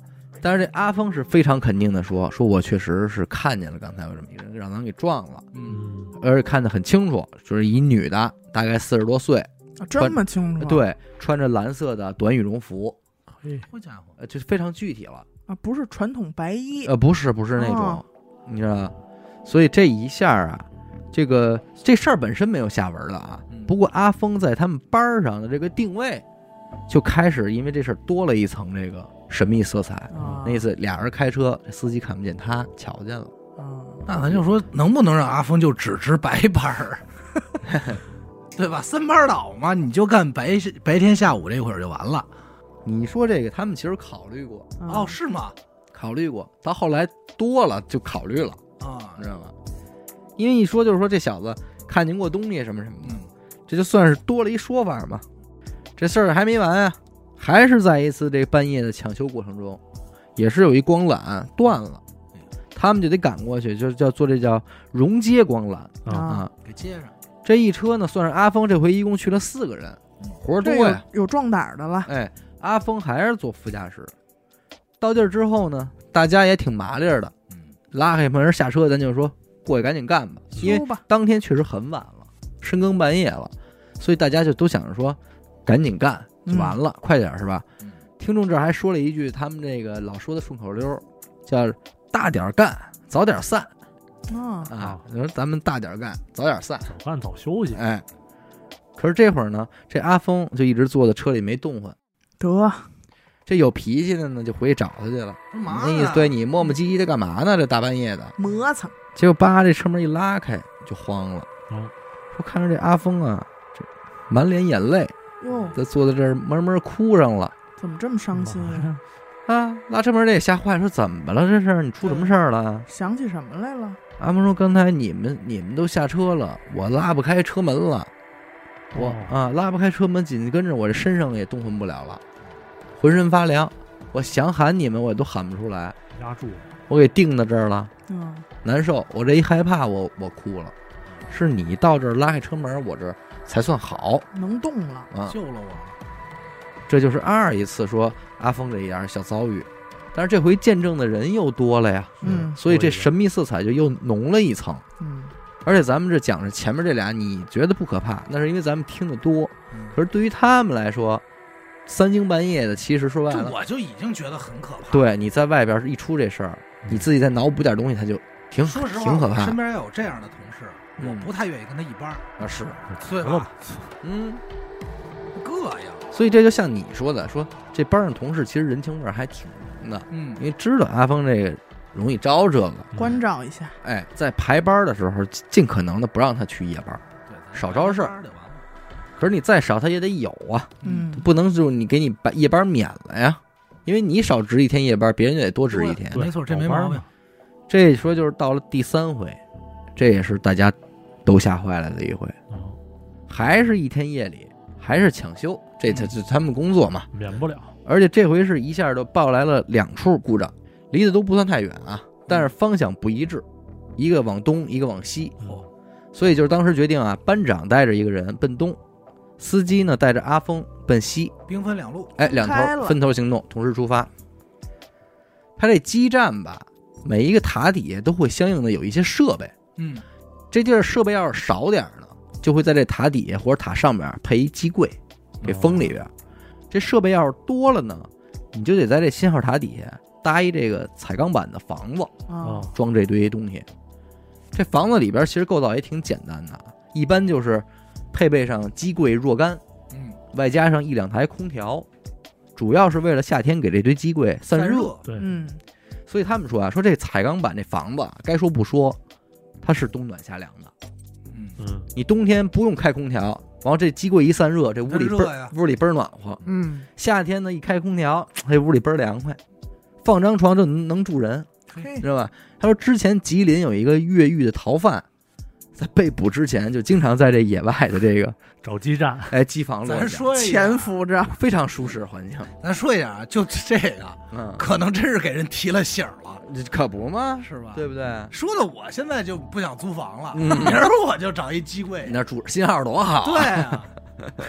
但是这阿峰是非常肯定的说我确实是看见了刚才有这么一个人让咱给撞了，而且看得很清楚，就是一女的，大概40多岁，
这么清楚？
对，穿着蓝色的短羽绒服，
好家伙，
就非常具体了
啊，不是传统白衣，
不是那种，你知道，所以这一下啊，这事儿本身没有下文了啊，不过阿峰在他们班上的这个定位就开始因为这事儿多了一层这个神秘色彩。那次俩人开车，司机看不见他，瞧见了。
那咱就说，能不能让阿峰就只值白班儿，对吧？3班倒嘛，你就干白天下午这会儿就完了。
你说这个，他们其实考虑过。
哦，是吗？
考虑过，到后来多了就考虑了
啊，
知道吗？因为一说就是说这小子看见过东西什么什么的，这就算是多了一说法嘛。这事儿还没完啊，还是在一次这半夜的抢修过程中，也是有一光缆断了，他们就得赶过去，就叫做这叫熔接光缆啊，
给接上。这
一车呢，算是阿峰这回一共去了4个人，活多呀，
有壮胆的了。
哎，阿峰还是坐副驾驶。到地儿之后呢，大家也挺麻利的，拉开门下车，咱就说过去赶紧干吧，因为当天确实很晚了，深更半夜了，所以大家就都想着说赶紧干就完了，快点是吧？听众这儿还说了一句他们这个老说的顺口溜，叫大点干早点散你说咱们大点干早点散，
早干早休息。
哎，可是这会儿呢，这阿峰就一直坐在车里没动换，
得
这有脾气的呢，就回去找他去了。那意思对你磨磨唧唧的干嘛呢？这大半夜的
磨蹭。
结果叭，这车门一拉开就慌了。说看着这阿峰啊，这满脸眼泪，他坐在这儿闷闷哭上了。
怎么这么伤心
啊？拉车门这也吓坏，说怎么了？这是你出什么事儿了？
想起什么来了？
阿峰说刚才你们都下车了，我拉不开车门了，拉不开车门，紧跟着我这身上也动弹不了了。浑身发凉，我想喊你们，我都喊不出来，
压住，
我给定到这儿了，难受。我这一害怕，我哭了。是你到这儿拉开车门，我这才算好，
能动了，
救了我。
这就是一次说阿峰这一样小遭遇，但是这回见证的人又多了呀，所以这神秘色彩就又浓了一层。而且咱们这讲着前面这俩，你觉得不可怕，那是因为咱们听得多，可是对于他们来说。3更半夜的，其实说白了，
我就已经觉得很可怕。
对，你在外边一出这事儿，你自己再脑补点东西，他就挺可怕。
身边要有这样的同事，我不太愿意跟他一班
啊，是，
对吧？膈应。
所以这就像你说的，说这班上同事其实人情味还挺浓的，因为知道阿峰这个容易招这个，
关照一下。
哎，在排班的时候，尽可能的不让他去夜班，少招事儿。可是你再少他也得有啊，不能就你给你把夜班免了呀，因为你少值1天夜班，别人就得多值1天。
没错，这没毛病。
这说就是到了第3回，这也是大家都吓坏了的一回，还是1天夜里，还是抢修，这他们工作嘛，
免不了。
而且这回是一下就报来了2处故障，离得都不算太远啊，但是方向不一致，一个往东，一个往西，所以就是当时决定啊，班长带着一个人奔东。司机呢带着阿峰奔西，
兵分2路，
哎，2头分头行动，同时出发。他这基站吧，每一个塔底下都会相应的有一些设备，这地儿设备要是少点呢，就会在这塔底下或者塔上面配一机柜给封里边。这设备要是多了呢，你就得在这信号塔底下搭一这个彩钢板的房子，装这堆东西。这房子里边其实构造也挺简单的，一般就是配备上机柜若干，外加上1-2台空调，主要是为了夏天给这堆机柜散热。
对，
所以他们说啊，说这彩钢板这房子，该说不说，它是冬暖夏凉的。你冬天不用开空调，然后这机柜一散热，这屋里倍儿暖和。夏天呢一开空调，这屋里倍儿凉快，放张床就能住人，知道吧？他说之前吉林有一个越狱的逃犯。在被捕之前，就经常在这野外的这个
找基站，
哎，机房落脚，
潜伏着，
非常舒适环境。
咱说一下啊，就这个，可能真是给人提了醒了，
可不吗？
是吧？
对不对？
说的我现在就不想租房了，明儿我就找一机柜，
你那住信号多好，
对啊，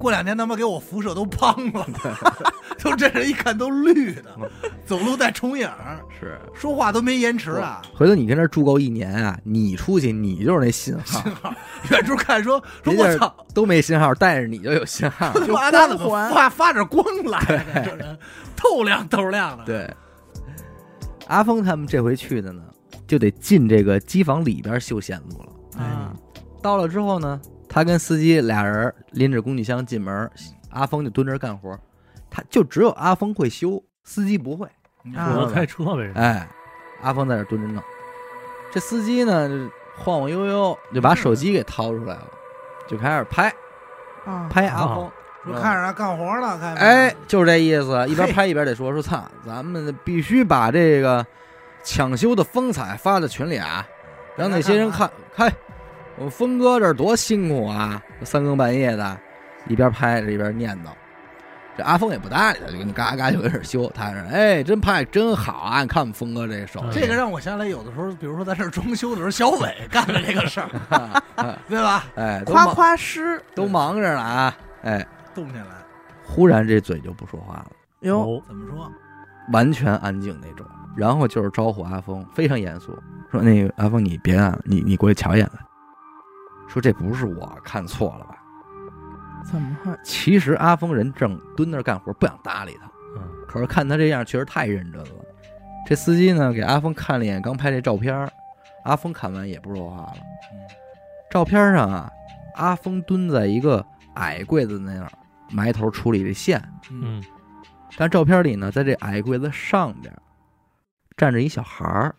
过2天他妈给我辐射都胖了，都这人一看都绿的，走路带重影，
是
说话都没延迟啊。
回头你跟这住够1年啊，你出去你就是那信号，
远处看说我操
都没信号，带着你就有信号，
就他怎么发着光来的，这人透亮的。
对，阿峰他们这回去的呢，就得进这个机房里边修线路了。到了之后呢，他跟司机俩人拎着工具箱进门，阿峰就蹲着干活，他就只有阿峰会修，司机不会。
我开车呗。
哎，阿峰在这蹲着弄，这司机呢晃晃悠悠就把手机给掏出来了，就开始拍阿峰，
说看着他干活了，看
哎，就是这意思，一边拍一边得说操，咱们必须把这个抢修的风采发到群里啊，让那些人看，我峰哥这多辛苦啊，3更半夜的，一边拍着一边念叨。这阿峰也不搭理他，就给你嘎嘎就开始修。他说：“哎，真拍真好啊！你看我们峰哥这手，
这个让我想起来，有的时候，比如说在这装修的时候，小伟干的这个事儿，对吧？
哎，
夸夸诗
都忙着呢啊！哎，
动起来，
忽然这嘴就不说话了。
哟，
怎么说？
完全安静那种。然后就是招呼阿峰，非常严肃说：那个阿峰，你别干，你过去瞧一眼来。说这不是我看错了吧？”
怎么会？
其实阿峰人正蹲那儿干活，不想搭理他。可是看他这样，确实太认真了。这司机呢，给阿峰看了一眼刚拍这照片，阿峰看完也不说话了。照片上啊，阿峰蹲在一个矮柜子那样，埋头处理这线。但照片里呢，在这矮柜子上边站着一小孩儿，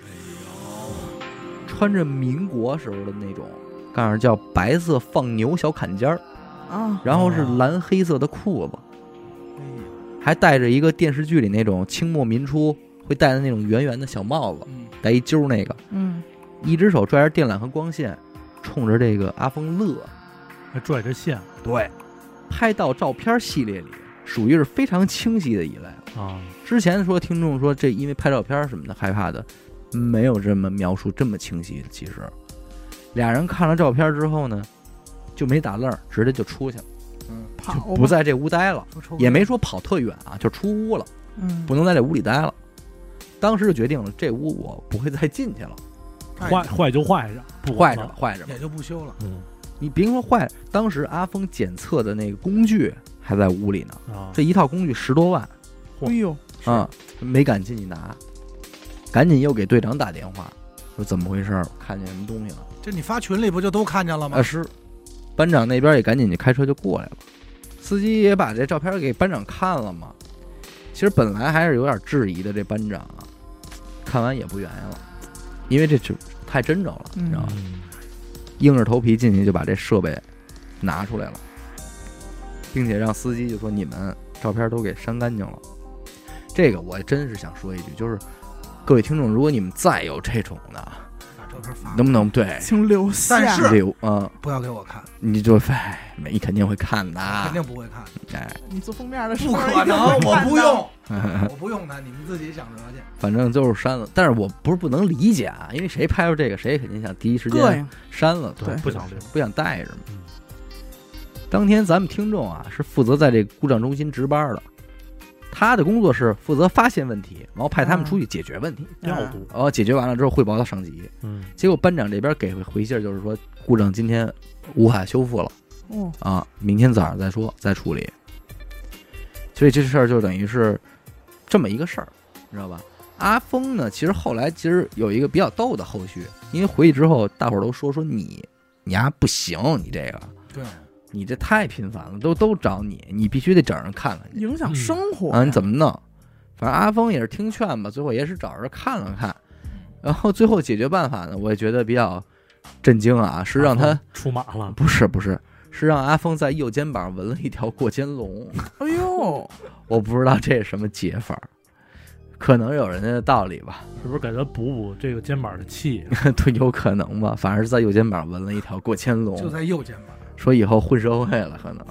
穿着民国时候的那种，告诉叫白色放牛小坎肩儿。然后是蓝黑色的裤子，还戴着一个电视剧里那种清末民初会戴的那种圆圆的小帽子，戴一揪那个，一只手拽着电缆和光线，冲着这个阿峰乐，
还拽着线。
对，拍到照片系列里属于是非常清晰的一类啊。之前说听众说这因为拍照片什么的害怕的，没有这么描述这么清晰。其实俩人看了照片之后呢，就没打愣，直接就出去了，就不在这屋待了，也没说跑特远啊，就出屋了，不能在这屋里待了。当时就决定了，这屋我不会再进去了，
坏就坏着，
不坏着
也就不修了。
你别说坏，当时阿峰检测的那个工具还在屋里呢，这一套工具10多万，
哎呦
没敢进去拿，赶紧又给队长打电话，说怎么回事，看见什么东西了。
这你发群里不就都看见了吗？
是。班长那边也赶紧就开车就过来了，司机也把这照片给班长看了嘛。其实本来还是有点质疑的，这班长啊，看完也不原谅了，因为这就太真着了，你知道吗？硬着头皮进去就把这设备拿出来了，并且让司机就说：“你们照片都给删干净了。”这个我真是想说一句，就是各位听众，如果你们再有这种的，能不能对，
请留下，
但是
留
不要给我看，
你就你肯定会看的，
肯定不会看。
哎，
你做封面的时候
不可能，我不用，我不用它，你们自己想辙去。
反正就是删了，但是我不能理解啊，因为谁拍出这个，谁肯定想第一时间删了，对，
不想留，
不想带着嘛。当天咱们听众啊是负责在这故障中心值班的。他的工作是负责发现问题，然后派他们出去解决问题，
调度。
解决完了之后汇报到上级。结果班长这边给回信就是说故障今天无法修复了，明天早上再说，再处理。所以这事儿就等于是这么一个事儿，你知道吧？阿峰呢，其实后来有一个比较逗的后续，因为回去之后大伙儿都说你丫不行，你这个
对。
你这太频繁了，都找你必须得找人看看，
影响生活
啊！你怎么弄？反正阿峰也是听劝吧，最后也是找人看了看，然后最后解决办法呢，我也觉得比较震惊啊，是让他
出马了，
不是，是让阿峰在右肩膀纹了一条过肩龙。
哎呦，
我不知道这是什么解法，可能有人家的道理吧？
是不是给他补这个肩膀的气？
对，有可能吧。反正是在右肩膀纹了一条过肩龙，
就在右肩膀。
说以后混社会了，可能。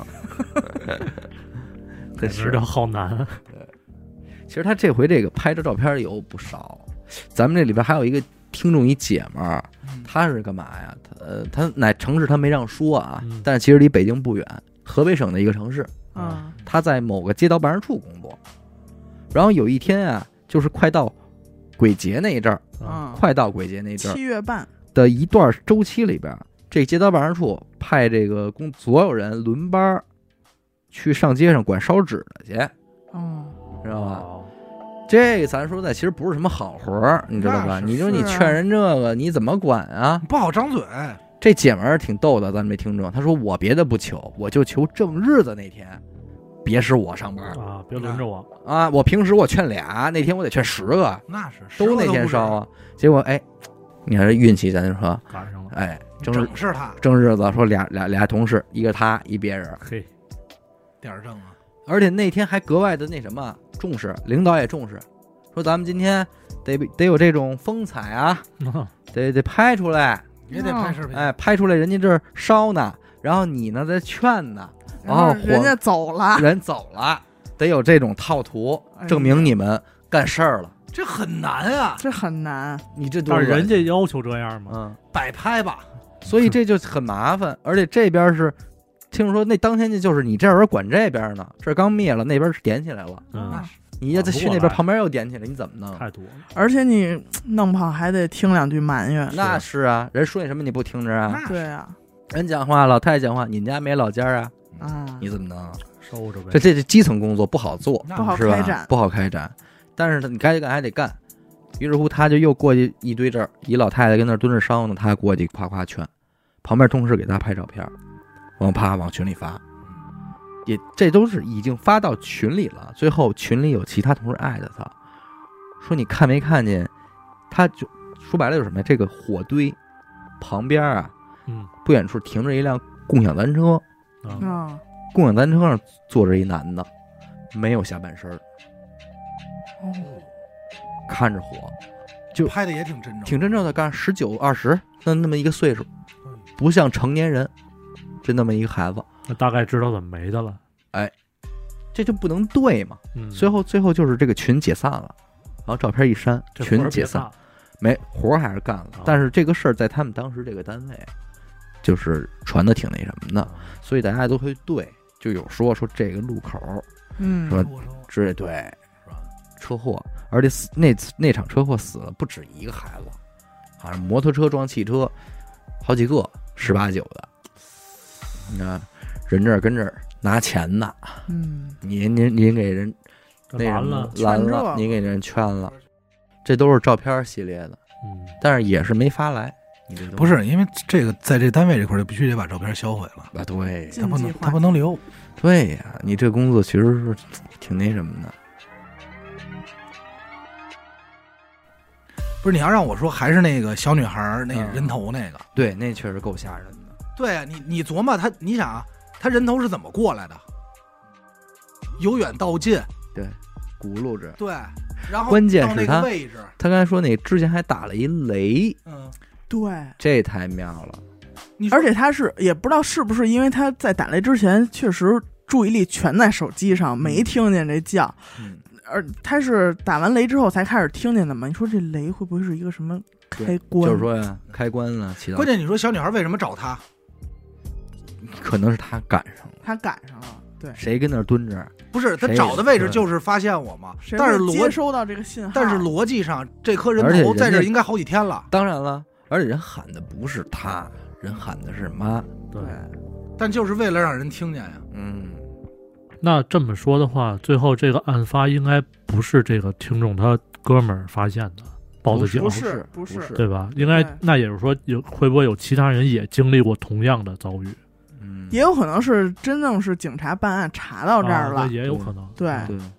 这是好难。
对，其实他这回这个拍的照片有不少。咱们这里边还有一个听众一姐们儿，她是干嘛呀？她哪城市她没让说啊，但是其实离北京不远， 河北省的一个城市，他在某个街道办事处工作。然后有一天啊，就是快到鬼节那一阵儿，快到鬼节那一阵儿
，7月半
的一段周期里边，这街道办事处派这个所有人轮班去上街上管烧纸的去，知道吧？这咱说的其实不是什么好活，你知道吧？你说你劝人这个，你怎么管啊？
不好张嘴。
这姐们儿挺逗的，咱们这听众，她说我别的不求，我就求正日子那天，别是我上班
啊，别轮着我
啊！我平时我劝俩，那天我得劝10个，
那是
都那天烧啊。结果哎，你看这运气，咱就说
赶上了。
哎，
正是他
正日子，说俩同事，一个他，一别人，
嘿，
点正啊！
而且那天还格外的那什么重视，领导也重视，说咱们今天得有这种风采啊，得拍出来。
也得拍视频，
哎，拍出来人家这儿烧呢，然后你呢在劝呢，然后
人家走了，
人走了，得有这种套图，证明你们干事儿了。
这很难啊，
这很难。
你这
但是人家要求这样吗？
摆拍吧，
所以这就很麻烦。而且这边是听说那当天就是你这边管这边呢，这刚灭了，那边是点起来了。你要再去那边旁边又点起来，你怎么弄？
太多了，
而且你弄不好还得听2句埋怨。
那是啊，人说你什么你不听着啊？
对啊，
人讲话，老太太讲话，你家没老家啊？你怎么弄？
收着呗。
这基层工作不好做，
不好开展，
不好开展。但是你该干还得干。于是乎，他就又过去一堆这儿，一老太太跟那蹲着烧呢，他过去夸夸劝，旁边同事给他拍照片，往群里发。这都是已经发到群里了，最后群里有其他同事艾特他，说你看没看见？他就说白了就是什么呀？这个火堆旁边啊，不远处停着一辆共享单车，共享单车上坐着一男的，没有下半身，看着火，就
拍的也挺真正，
挺真正的，干19、20那么一个岁数，不像成年人，就那么一个孩子。
那大概知道怎么没的了，
哎，这就不能对嘛。最后就是这个群解散了，然后照片一删，群解散，没活还是干了。但是这个事儿在他们当时这个单位，就是传的挺那什么的，所以大家都会对，就有说这个路口，说对，是吧？车祸，而且那场车祸死了不止一个孩子，好像摩托车撞汽车，好几个18、19的，你看。人这儿跟这儿拿钱呢，你给人那什么拦了，你给人圈了，这都是照片系列的，但是也是没发来。
不是因为这个在这单位这块就必须得把照片销毁了
啊，对，
他不能留。
对呀，你这工作其实是挺那什么的。
不是你要让我说，还是那个小女孩那人头那个，
对，那确实够吓人的。
对啊，你琢磨他，你想啊。他人头是怎么过来的？由远到近，
对，轱辘着，
对，然后
关键是
他位置，
他刚才说那之前还打了一雷，
对，
这太妙了。
而且他是也不知道是不是因为他在打雷之前确实注意力全在手机上，没听见这叫，而他是打完雷之后才开始听见的嘛？你说这雷会不会是一个什么开关？
就是说呀，开关了，起到。
关键你说小女孩为什么找他？
可能是他赶上
了，对，
谁跟那儿蹲着？
不是他找的位置就是发现我嘛，但是
接收到这个信号，
但是逻辑上这颗人头在这应该好几天了。
当然了，而且人喊的不是他，人喊的是妈，
对，
但就是为了让人听见呀。
那这么说的话，最后这个案发应该不是这个听众他哥们儿发现的。报的警
不是，
对吧？应该那也就是说，会不会有其他人也经历过同样的遭遇？
也有可能是真正是警察办案查到这儿了，
也有可能。
对，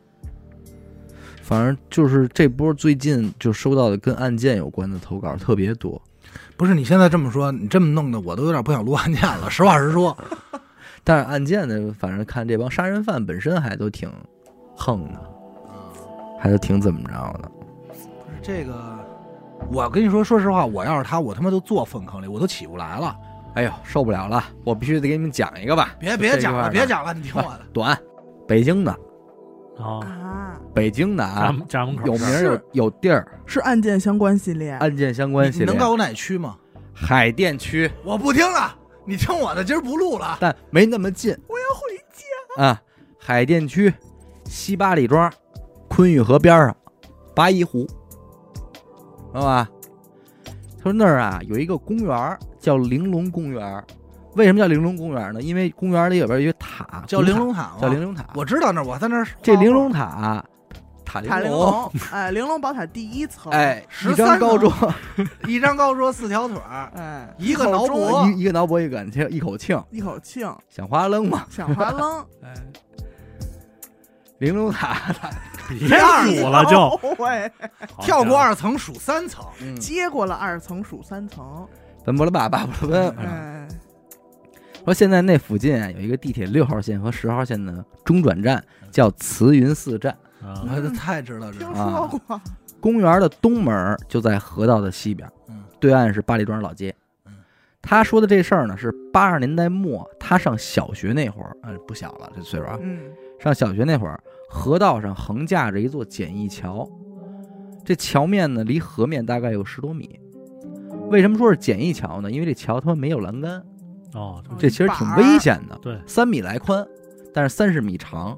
反正就是这波最近就收到的跟案件有关的投稿特别多。
不是你现在这么说，你这么弄的，我都有点不想录案件了。实话实说，
但是案件呢，反正看这帮杀人犯本身还都挺横的，还都挺怎么着的。
不是这个，我跟你说，说实话，我要是他，我他妈都坐粪坑里，我都起不来了。
哎呦，受不了了！我必须得给你们讲一个吧。
别讲了，别讲了，你听我的。
短，北京的北京的
家门口
有名有地儿，
是案件相关系列。
案件相关系列，
你能告诉我哪区吗？
海淀区。
我不听了，你听我的，今儿不录了。
但没那么近。
我要回
啊，海淀区西八里庄昆玉河边上八一湖，知道吧？他说那儿啊有一个公园叫玲珑公园。为什么叫玲珑公园呢？因为公园里边有一个塔，
叫玲珑塔，
叫玲珑塔。
我知道那儿，我在那儿。
这玲珑塔，塔
玲珑，哎，玲珑宝塔第一层，
哎，一张高桌，
一张高桌，4条腿，哎，一个挠脖，
一个挠脖，一个杆一口磬，
一口磬，
响滑楞嘛，
响滑楞，
哎，
玲珑塔
别数了就，
跳过2层数3层，
接过了2层数3层，
奔波了爸爸不了奔。哎，说现在那附近啊有一个地铁6号线和10号线的中转站，叫慈云寺站。
这太知道，
听说过。
公园的东门就在河道的西边，对岸是八里庄老街。他说的这事儿呢，是80年代末，他上小学那会儿，不小了这岁数啊。上小学那会儿，河道上横架着一座简易桥，这桥面呢离河面大概有10多米。为什么说是简易桥呢？因为这桥他妈没有栏杆。这其实挺危险的。
对
，3米来宽，但是30米长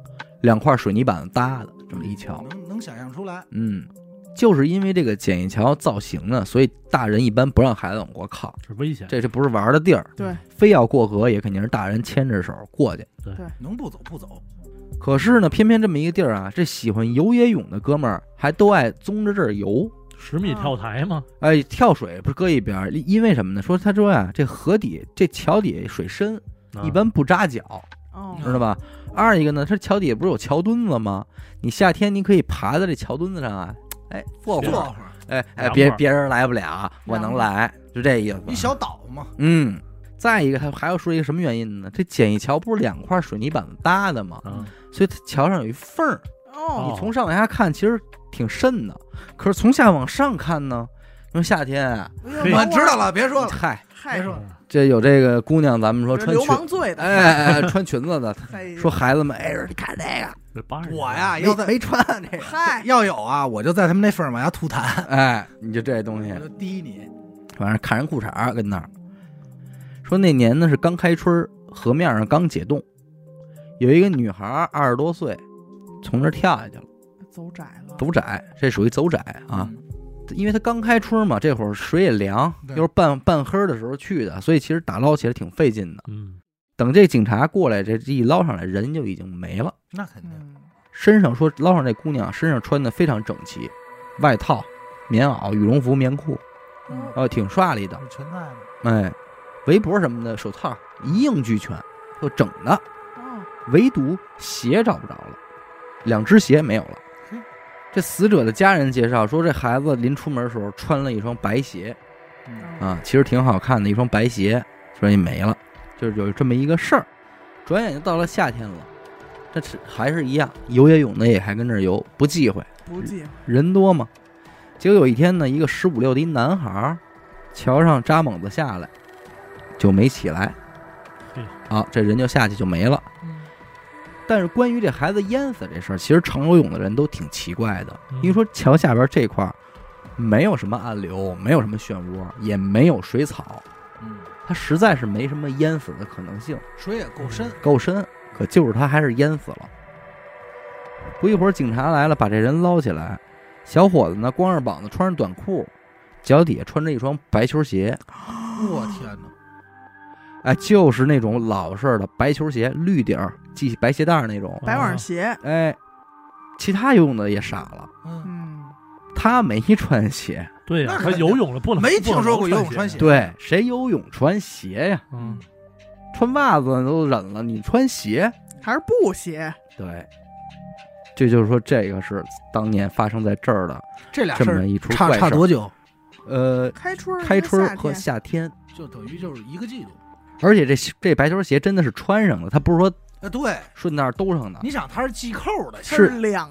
，2块水泥板搭的这么一桥，
能想象出来。
就是因为这个简易桥造型呢，所以大人一般不让孩子往过靠，
是危险。
这不是玩的地儿。
对，
非要过河也肯定是大人牵着手过去。
对，
能不走不走。
可是呢，偏偏这么一个地儿啊，这喜欢游野泳的哥们儿还都爱宗着这儿游。
10米跳台吗？
哎，跳水不是搁一边，因为什么呢？他说呀，这河底这桥底水深，一般不扎脚，知道吧？二一个呢，它桥底不是有桥墩子吗？你夏天你可以爬在这桥墩子上啊，哎，坐会儿，哎，别人来不了，我能来，就这意思。
一小岛嘛。
再一个，他还要说一个什么原因呢？这简易桥不是2块水泥板子搭的吗？所以它桥上有一缝儿。你从上往下看，其实挺深的，可是从下往上看呢，你说夏天啊，
我知道了，别说了，
嗨，
别说了，
这有这个姑娘，咱们说穿
流氓罪的，
哎，穿裙子的，说孩子们，哎，你看这
个，我呀
要没穿这个，
嗨，
要有啊，我就在他们那缝儿往下吐痰，
哎，你就这东西，
我就滴你，
反正看人裤衩跟那儿。说那年呢是刚开春，河面上刚解冻，有一个女孩20多岁。从这跳下去了，走窄，这属于走窄啊，因为它刚开春嘛，这会儿水也凉，又是半黑的时候去的，所以其实打捞起来挺费劲的。等这警察过来，这一捞上来，人就已经没了。
那肯定，
身上说捞上这姑娘身上穿的非常整齐，外套、棉袄、羽绒服、棉裤，挺帅丽的，
全在了。
哎，围脖什么的，手套一应俱全，都整的，唯独鞋找不着了。2只鞋没有了。这死者的家人介绍说，这孩子临出门的时候穿了一双白鞋，其实挺好看的一双白鞋，所以没了。就是有这么一个事儿。转眼就到了夏天了，这还是一样，游野泳的也还跟这儿游，不忌讳，人多嘛。结果有一天呢，一个15、16的一男孩，桥上扎猛子下来，就没起来，这人就下去就没了。但是关于这孩子淹死这事儿，其实常游泳的人都挺奇怪的，因为说桥下边这块没有什么暗流，没有什么漩涡，也没有水草，他实在是没什么淹死的可能性，
水也
够深，可就是他还是淹死了。不一会儿警察来了，把这人捞起来，小伙子呢光着膀子，穿着短裤，脚底下穿着一双白球鞋。
我天哪！
哎，就是那种老式的白球鞋，绿底儿系白鞋带那种
白网鞋。
哎，其他游泳的也傻了，他没穿鞋。
对呀，他游泳了不能
没听说过游泳穿鞋。
对，谁游泳穿鞋呀？穿袜子都忍了，你穿鞋
还是布鞋？
对，这就是说这个是当年发生在这儿的
这俩事儿，
这么一出怪事。
差多久？
开
春和夏天，
就等于就是1个季度。
而且这白球鞋真的是穿上的，他不是说
对
顺那儿兜上的。
你想，它是系扣的，
是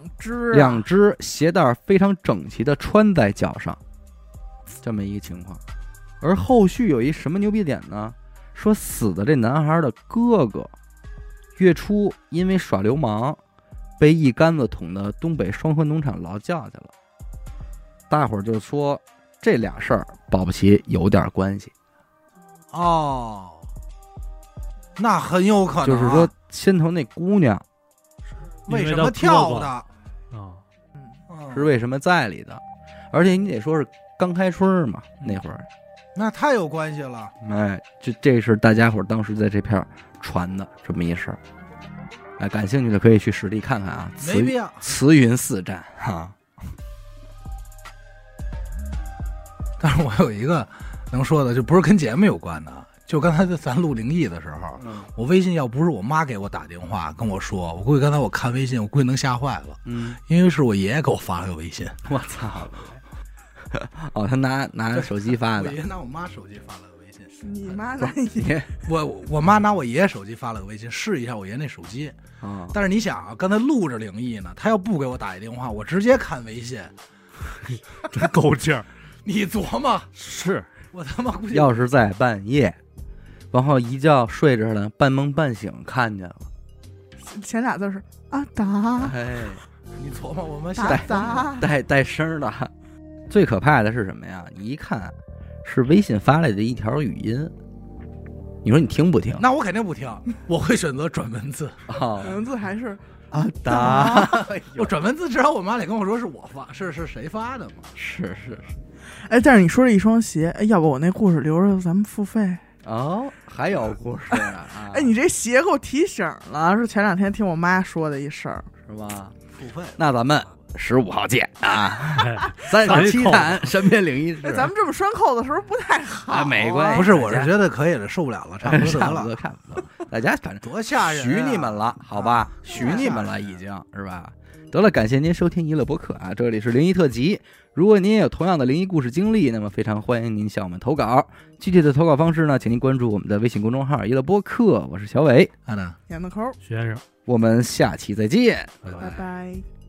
2
只鞋带非常整齐的穿在脚上，这么一个情况。而后续有一什么牛逼点呢？说死的这男孩的哥哥，月初因为耍流氓，被一竿子捅到东北双河农场劳教去了。大伙儿就说这俩事儿保不齐有点关系。
那很有可能，
就是说先头那姑娘
为什么跳的
啊？
是为什么在里的？而且你得说是刚开春嘛，那会儿，
那太有关系了。
哎，这是大家伙当时在这片传的这么一事儿。哎，感兴趣的可以去实地看看啊。
没必要。
慈云寺站哈。
但是我有一个能说的，就不是跟节目有关的。就刚才咱录灵异的时候，我微信要不是我妈给我打电话跟我说，我估计刚才我看微信，我估计能吓坏了。因为是我爷爷给我发了个微信。
我操！哦，他拿手机发的。
我爷爷拿我妈手机发了个微信。
你妈拿你？
我妈拿我爷爷手机发了个微信，试一下我爷那手机。但是你想啊，刚才录着灵异呢，他要不给我打一电话，我直接看微信，
真够劲儿。
你琢磨，
是
我他妈估计
要是在半夜。然后一觉睡着呢，半梦半醒看见了，
前俩字是阿达。
哎，
你琢磨我们
带声的。最可怕的是什么呀？你一看是微信发来的一条语音，你说你听不听？
那我肯定不听，我会选择转文字。
转文字还是
阿达？
我转文字至少我妈得跟我说是我发，是谁发的嘛？
是。
哎，但是你说这一双鞋，哎，要不我那故事留着咱们付费。
哦，还有故事啊！
哎，你这鞋给我提醒了，是前两天听我妈说的一事儿，
是吧？
付费。
那咱们15号见啊！37谈身边灵异事。
咱们这么拴扣子是不是不太好？
没关系，
不是，我是觉得可以了，受不了了，差不多得了，
差不多。大家反正
多吓人，
许你们了，好吧？许你们了，已经是吧？得了，感谢您收听娱乐播客啊！这里是灵异特辑。如果您也有同样的灵异故事经历，那么非常欢迎您向我们投稿。具体的投稿方式呢，请您关注我们的微信公众号娱乐播客。我是小伟，
安娜，
闫子抠，
徐先生，
我们下期再见，
拜拜。